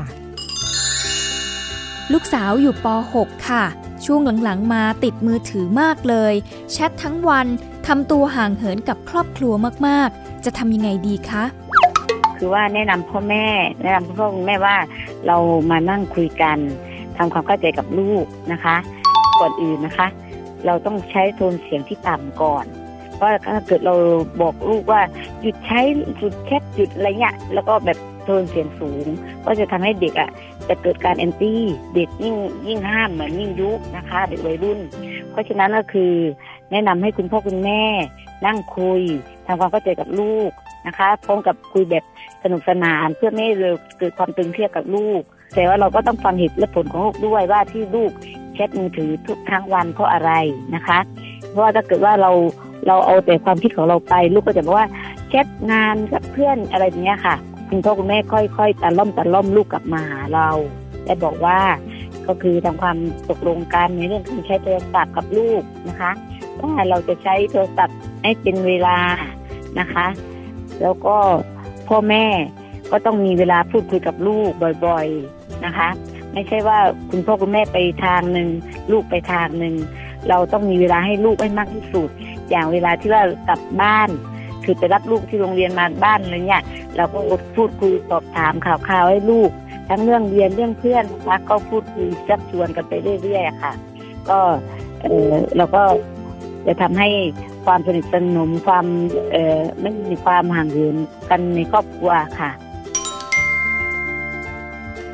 ลูกสาวอยู่ป .6 ค่ะช่วงหลังๆมาติดมือถือมากเลยแชททั้งวันทำตัวห่างเหินกับครอบครัวมากๆจะทำยังไงดีคะคือว่าแนะนำพ่อแม่แนะนำพ่อคุณแม่ว่าเรามานั่งคุยกันทำความเข้าใจกับลูกนะคะก่อนอื่นนะคะเราต้องใช้โทนเสียงที่ต่ำก่อนเพราะถ้าเกิดเราบอกลูกว่าหยุดใช้หยุดแคปหยุดอะไรเงี้ยแล้วก็แบบโทนเสียงสูงก็จะทำให้เด็กจะเกิดการแอนตี้เด็กยิ่งห้ามเหมือนยิ่งยุนะคะเด็กวัยรุ่นเพราะฉะนั้นก็คือแนะนำให้คุณพ่อคุณแม่นั่งคุยทำความเข้าใจกับลูกนะคะพร้อมกับคุยแบบสนุกสนานเพื่อไม่ให้เกิดความตึงเครียดกับลูกแต่ว่าเราก็ต้องฟังเหตุและผลของลูกด้วยว่าที่ลูกแชทมือถือทุกทั้งวันเพราะอะไรนะคะเพราะว่าถ้าเกิดว่าเราเอาแต่ความคิดของเราไปลูกก็จะบอกว่าแชทงานกับเพื่อนอะไรอย่างเงี้ยค่ะคุณพ่อคุณแม่ค่อยๆตะล่อมลูกกลับมาหาเราและบอกว่าก็คือทำความตกลงกันในเรื่องการใช้โทรศัพท์กับลูกนะคะว่าเราจะใช้โทรศัพท์ให้เป็นเวลานะคะแล้วก็พ่อแม่ก็ต้องมีเวลาพูดคุยกับลูกบ่อยๆนะคะไม่ใช่ว่าคุณพ่อคุณแม่ไปทางนึงลูกไปทางนึงเราต้องมีเวลาให้ลูกให้มากที่สุดอย่างเวลาที่ว่ากลับบ้านคือไปรับลูกที่โรงเรียนมาบ้านอะไรเนี่ยเราก็พูดคุยสอบถามข่าวให้ลูกทั้งเรื่องเรียนเรื่องเพื่อนนะคะก็พูดคุยชักชวนกันไปเรื่อยๆค่ะก็เราก็จะทำให้ความสนิทสนมความไม่มีความห่างเหินกันในครอบครัวค่ะ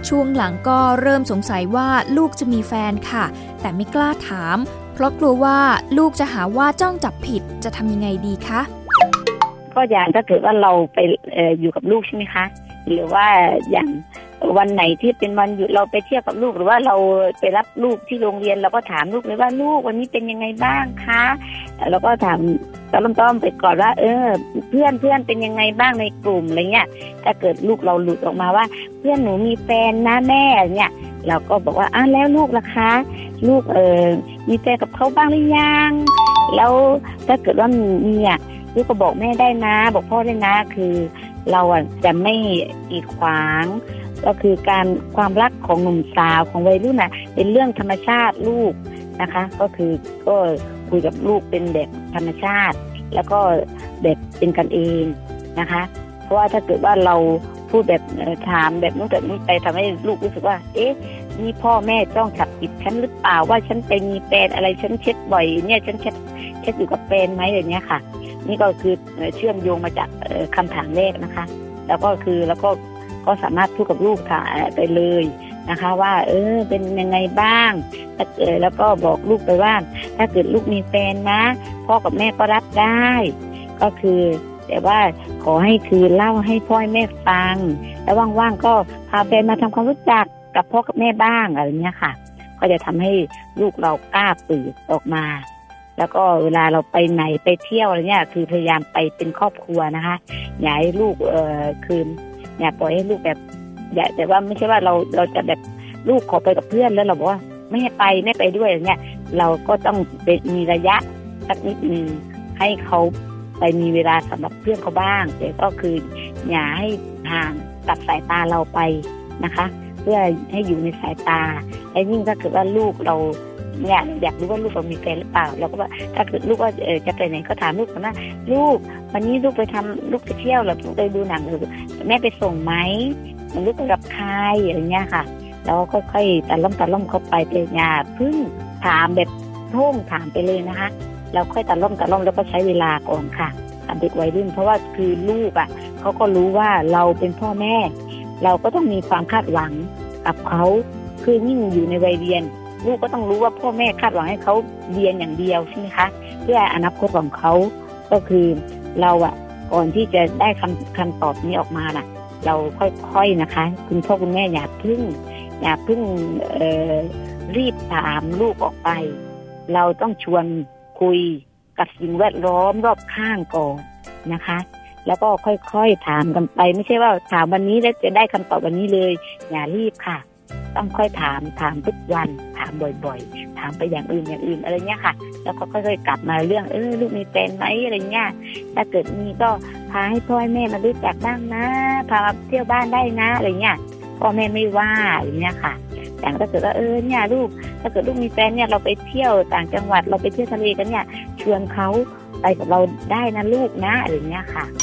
ช่วงหลังก็เริ่มสงสัยว่าลูกจะมีแฟนค่ะแต่ไม่กล้าถามเพราะกลัวว่าลูกจะหาว่าจ้องจับผิดจะทำยังไงดีคะก็อย่างถ้าเกิดว่าเราไปอยู่กับลูกใช่ไหมคะหรือว่าอย่างวันไหนที่เป็นวันหยุดเราไปเที่ยวกับลูกหรือว่าเราไปรับลูกที่โรงเรียนเราก็ถามลูกเลยว่าลูกวันนี้เป็นยังไงบ้างคะเราก็ถามต้อมไปก่อนว่าเพื่อนเป็นยังไงบ้างในกลุ่มอะไรเงี้ยถ้าเกิดลูกเราหลุดออกมาว่าเพื่อนหนูมีแฟนนะแม่เนี่ยเราก็บอกว่าแล้วลูกล่ะคะลูกมีแฟนกับเขาบ้างหรือยังแล้วถ้าเกิดว่ามีลูกก็บอกแม่ได้นะบอกพ่อได้นะคือเราจะไม่กีดขวางก็คือความรักของหนุ่มสาวของวัยรุ่นเป็นเรื่องธรรมชาติลูกนะคะก็คุยกับลูกเป็นแบบธรรมชาติแล้วก็แบบเป็นกันเองนะคะเพราะว่าถ้าเกิดว่าเราพูดแบบถามแบบนู้นแบบนี้ไปทำให้ลูกรู้สึกว่านี่พ่อแม่จ้องจับผิดฉันหรือเปล่าว่าฉันไปมีแฟนอะไรฉันเช็ดบ่อยเนี่ยฉันเช็ดอยู่กับแฟนไหมอย่างเงี้ยค่ะนี่ก็คือเชื่อมโยงมาจากคำถามแรกนะคะแล้วก็สามารถพูดกับลูกไปเลยนะคะว่าเป็นยังไงบ้างแล้วก็บอกลูกไปว่าถ้าเกิดลูกมีแฟนนะพ่อกับแม่ก็รับได้ก็คือแต่ว่าขอให้คือเล่าให้พ่อแม่ฟังแล้วว่างๆก็พาแฟนมาทำความรู้จักกับพ่อกับแม่บ้างอะไรเงี้ยค่ะก็จะทำให้ลูกเรากล้าเปิดออกมาแล้วก็เวลาเราไปไหนไปเที่ยวอะไรเงี้ยคือพยายามไปเป็นครอบครัวนะคะอย่าให้ลูกคืนอย่าปล่อยให้ลูกแบบอย่าแต่ว่าไม่ใช่ว่าเราจะแบบลูกขอไปกับเพื่อนแล้วเราบอกว่าไม่ให้ไปด้วยอย่างเงี้ยเราก็ต้องมีระยะสักนิดนึงให้เขาไปมีเวลาสำหรับเพื่อนเขาบ้างแต่ก็คืออย่าให้ห่างตัดสายตาเราไปนะคะเพื่อให้อยู่ในสายตาและยิ่งถ้าเกิดว่าลูกเราเนี่ยอยากรู้ว่าลูกเรามีแฟนหรือเปล่าเราก็ว่าถ้าเกิดลูกว่าจะไปไหนก็ถามลูกนะลูกวันนี้ลูกไปเที่ยวหรือไปดูหนังหรือแม่ไปส่งไหมลูกไปกับใครอะไรเงี้ยค่ะแล้วค่อยๆตะล่อมเข้าไปเป็นอย่าพึ่งถามแบบโท่งถามไปเลยนะคะเราค่อยตะล่อมแล้วก็ใช้เวลาก่อนค่ะเด็กวัยรุ่นเพราะว่าคือลูกเขาก็รู้ว่าเราเป็นพ่อแม่เราก็ต้องมีความคาดหวังกับเขาคือยิ่งอยู่ในวัยเรียนลูกก็ต้องรู้ว่าพ่อแม่คาดหวังให้เขาเรียนอย่างเดียวใช่ไหมคะเพื่ออนาคตของเขาก็คือเราก่อนที่จะได้คำตอบนี้ออกมาเราค่อยๆนะคะคุณพ่อคุณแม่อย่าเพิ่งรีบถามลูกออกไปเราต้องชวนคุยกับสิ่งแวดล้อมรอบข้างก่อนนะคะแล้วก็ค่อยๆถามกันไปไม่ใช่ว่าถามวันนี้แล้วจะได้คำตอบวันนี้เลยอย่ารีบค่ะต้องค่อยถามทุกวันถามบ่อยๆถามไปอย่างอื่นอะไรเงี้ยค่ะแล้วก็ค่อยๆกลับมาเรื่องลูกมีแฟนไหมอะไรเงี้ยถ้าเกิดมีก็พาให้พ่อแม่มารู้จักบ้างนะพามาเที่ยวบ้านได้นะอะไรเงี้ยพ่อแม่ไม่ว่าอย่างเงี้ยค่ะแต่ถ้าเกิดว่าเนี่ยลูกถ้าเกิดลูกมีแฟนเนี่ยเราไปเที่ยวต่างจังหวัดเราไปเที่ยวทะเลกันเนี่ยชวนเขาไปกับเราได้นะลูกนะอะไรเงี้ยค่ะ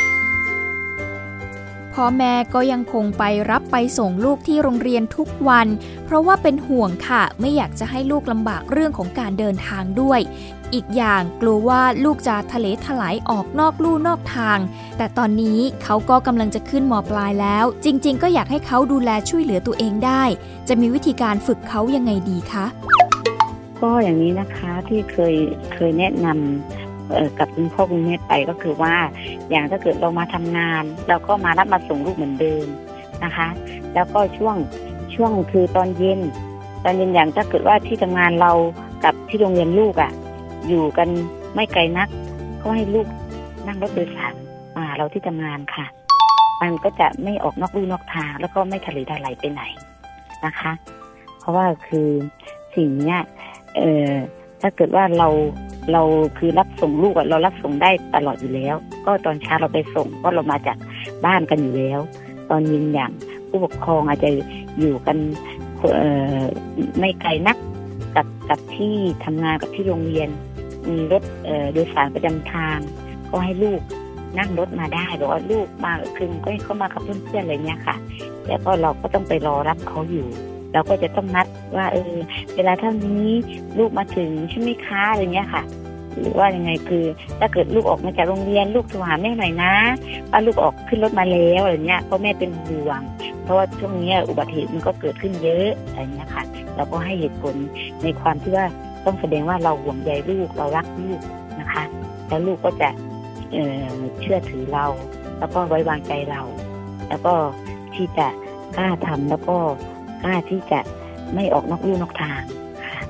พ่อแม่ก็ยังคงไปรับไปส่งลูกที่โรงเรียนทุกวันเพราะว่าเป็นห่วงค่ะไม่อยากจะให้ลูกลำบากเรื่องของการเดินทางด้วยอีกอย่างกลัวว่าลูกจะทะเลถลายออกนอกลู่นอกทางแต่ตอนนี้เขาก็กำลังจะขึ้นม.ปลายแล้วจริงๆก็อยากให้เขาดูแลช่วยเหลือตัวเองได้จะมีวิธีการฝึกเขายังไงดีคะก็อย่างนี้นะคะที่เคยแนะนำกับคุณพ่อคุณแม่ไปก็คือว่าอย่างถ้าเกิดเรามาทำงานเราก็มารับมาส่งลูกเหมือนเดิมนะคะแล้วก็ช่วงคือตอนเย็นอย่างถ้าเกิดว่าที่ทำงานเรากับที่โรงเรียนลูกอยู่กันไม่ไกลนักก็ให้ลูกนั่งรถโดยสารมาเราที่ทำงานค่ะมันก็จะไม่ออกนอกลู่นอกทางแล้วก็ไม่ทะเลทลายไปไหนนะคะเพราะว่าคือสิ่งนี้ถ้าเกิดว่าเราคือรับส่งลูกเรารับส่งได้ตลอดอยู่แล้วก็ตอนเช้าเราไปส่งก็เรามาจากบ้านกันอยู่แล้วตอนเย็นอย่างผู้ปกครองอาจจะอยู่กันไม่ไกลนักกับที่ทำงานกับที่โรงเรียนมีรถโดยสารประจำทางก็ให้ลูกนั่งรถมาได้หรือว่าลูกมาคือก็ให้เขามากับเพื่อนๆอะไรเงี้ยค่ะแล้วก็เราก็ต้องไปรอรับเขาอยู่เราก็จะต้องนัดว่าเวลาเท่านี้ลูกมาถึงใช่ไหมคะอะไรเงี้ยค่ะหรือว่ายังไงคือถ้าเกิดลูกออกมาจากโรงเรียนลูกโทรหาแม่หน่อยนะว่าลูกออกขึ้นรถมาแล้วอะไรเงี้ยเพราะแม่เป็นห่วงพราะว่าช่วงนี้อุบัติเหตุมันก็เกิดขึ้นเยอะอะไรเงี้ยค่ะเราก็ให้เหตุผลในความที่ว่าต้องแสดงว่าเราห่วงใยลูกเรารักลูกนะคะแล้วลูกก็จะเชื่อถือเราแล้วก็ไว้วางใจเราแล้วก็ที่จะกล้าทำแล้วก็กล้าที่จะไม่ออกนอกลู่นอกทางค่ะ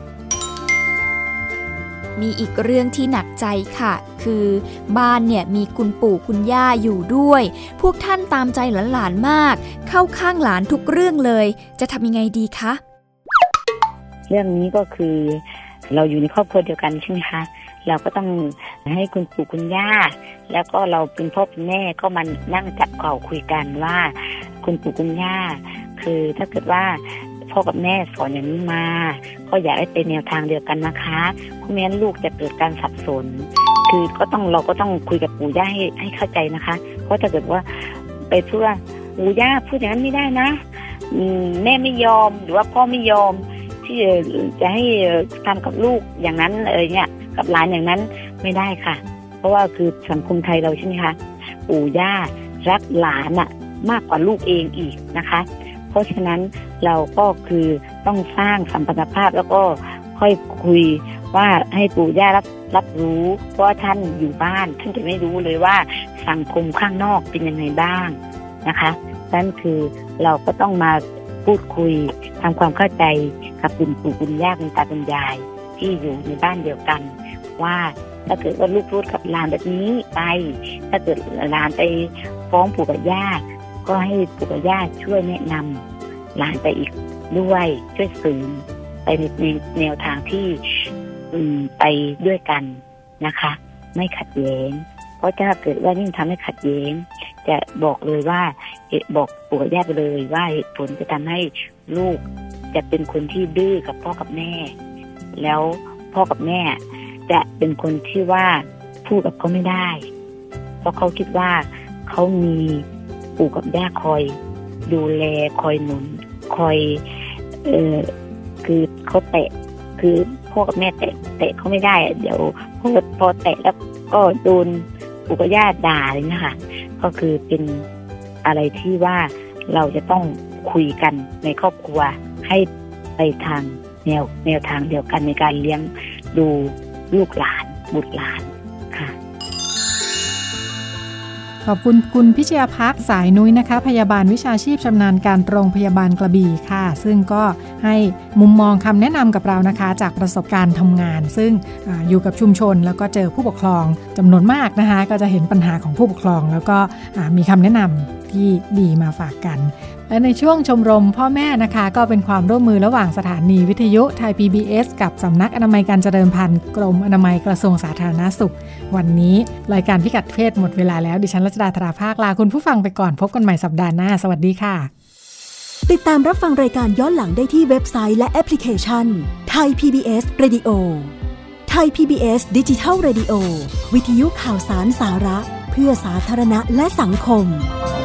มีอีกเรื่องที่หนักใจค่ะคือบ้านเนี่ยมีคุณปู่คุณย่าอยู่ด้วยพวกท่านตามใจหลานๆมากเข้าข้างหลานทุกเรื่องเลยจะทำยังไงดีคะเรื่องนี้ก็คือเราอยู่ในครอบครัวเดียวกันใช่ไหมคะเราก็ต้องให้คุณปู่คุณย่าแล้วก็เราเป็นพ่อเป็นแม่ก็มานั่งจับเข่าคุยกันว่าคุณปู่คุณย่าคือถ้าเกิดว่าพ่อกับแม่สอนอย่างนี้มาก็อยากให้เป็นแนวทางเดียวกันนะคะเพราะไม่งั้นลูกจะเกิดการสับสนคือเราก็ต้องคุยกับปู่ย่าให้เข้าใจนะคะเพราะถ้าเกิดว่าไปพูดว่าปู่ย่าพูดอย่างนั้นไม่ได้นะแม่ไม่ยอมหรือว่าพ่อไม่ยอมที่จะให้ทำกับลูกอย่างนั้นเนี่ยกับหลานอย่างนั้นไม่ได้ค่ะเพราะว่าคือสังคมไทยเราใช่ไหมคะปู่ย่ารักหลานอะมากกว่าลูกเองอีกนะคะเพราะฉะนั้นเราก็คือต้องสร้างสัมพันธภาพแล้วก็ค่อยคุยว่าให้ปู่ย่ารับรู้เพราะว่าท่านอยู่บ้านท่านจะไม่รู้เลยว่าสังคมข้างนอกเป็นยังไงบ้างนะคะนั่นคือเราก็ต้องมาพูดคุยทำความเข้าใจกับคุณปู่คุณย่าคุณตาคุณยายที่อยู่ในบ้านเดียวกันว่าถ้าเกิดว่าลูกพูดกับหลานแบบนี้ไปถ้าเกิดหลานไปฟ้องปู่กับย่าก็ให้ปู่กับย่าช่วยแนะนำหลานไปอีกด้วยช่วยสื่อไปในแนวทางที่ไปด้วยกันนะคะไม่ขัดแย้งเพราะถ้าเกิดว่ายิ่งทำให้ขัดแย้งจะบอกเลยว่าบอกปู่กับย่าไปเลยว่าเหตุผลจะทำให้ลูกจะเป็นคนที่ดื้อกับพ่อกับแม่แล้วพ่อกับแม่จะเป็นคนที่ว่าพูดกับเขาไม่ได้เพราะเขาคิดว่าเขามีปู่กับย่าคอยดูแลคอยหนุนคอยคือเขาแตะคือพ่อกับแม่แตะเขาไม่ได้เดี๋ยวพอแตะแล้วก็โดนปู่กับย่าด่าเลยนะคะก็คือเป็นอะไรที่ว่าเราจะต้องคุยกันในครอบครัวให้ไปทางแนวทางเดียวกันในการเลี้ยงดูลูกหลานบุตรหลานค่ะขอบคุณคุณพิชยาภักดิ์สายนุ้ยนะคะพยาบาลวิชาชีพชำนาญการโรงพยาบาลกระบี่ค่ะซึ่งก็ให้มุมมองคำแนะนำกับเรานะคะจากประสบการณ์ทำงานซึ่งอยู่กับชุมชนแล้วก็เจอผู้ปกครองจำนวนมากนะคะก็จะเห็นปัญหาของผู้ปกครองแล้วก็มีคำแนะนำที่ดีมาฝากกันและในช่วงชมรมพ่อแม่นะคะก็เป็นความร่วมมือระหว่างสถานีวิทยุไทย PBS กับสำนักอนามัยการเจริญพันธุ์กรมอนามัยกระทรวงสาธารณสุขวันนี้รายการพิกัดเพศหมดเวลาแล้วดิฉันรัชดาธราภาคลาคุณผู้ฟังไปก่อนพบกันใหม่สัปดาห์หน้าสวัสดีค่ะติดตามรับฟังรายการย้อนหลังได้ที่เว็บไซต์และแอปพลิเคชัน Thai PBS Radio Thai PBS Digital Radio วิทยุข่าวสารสาระเพื่อสาธารณะและสังคม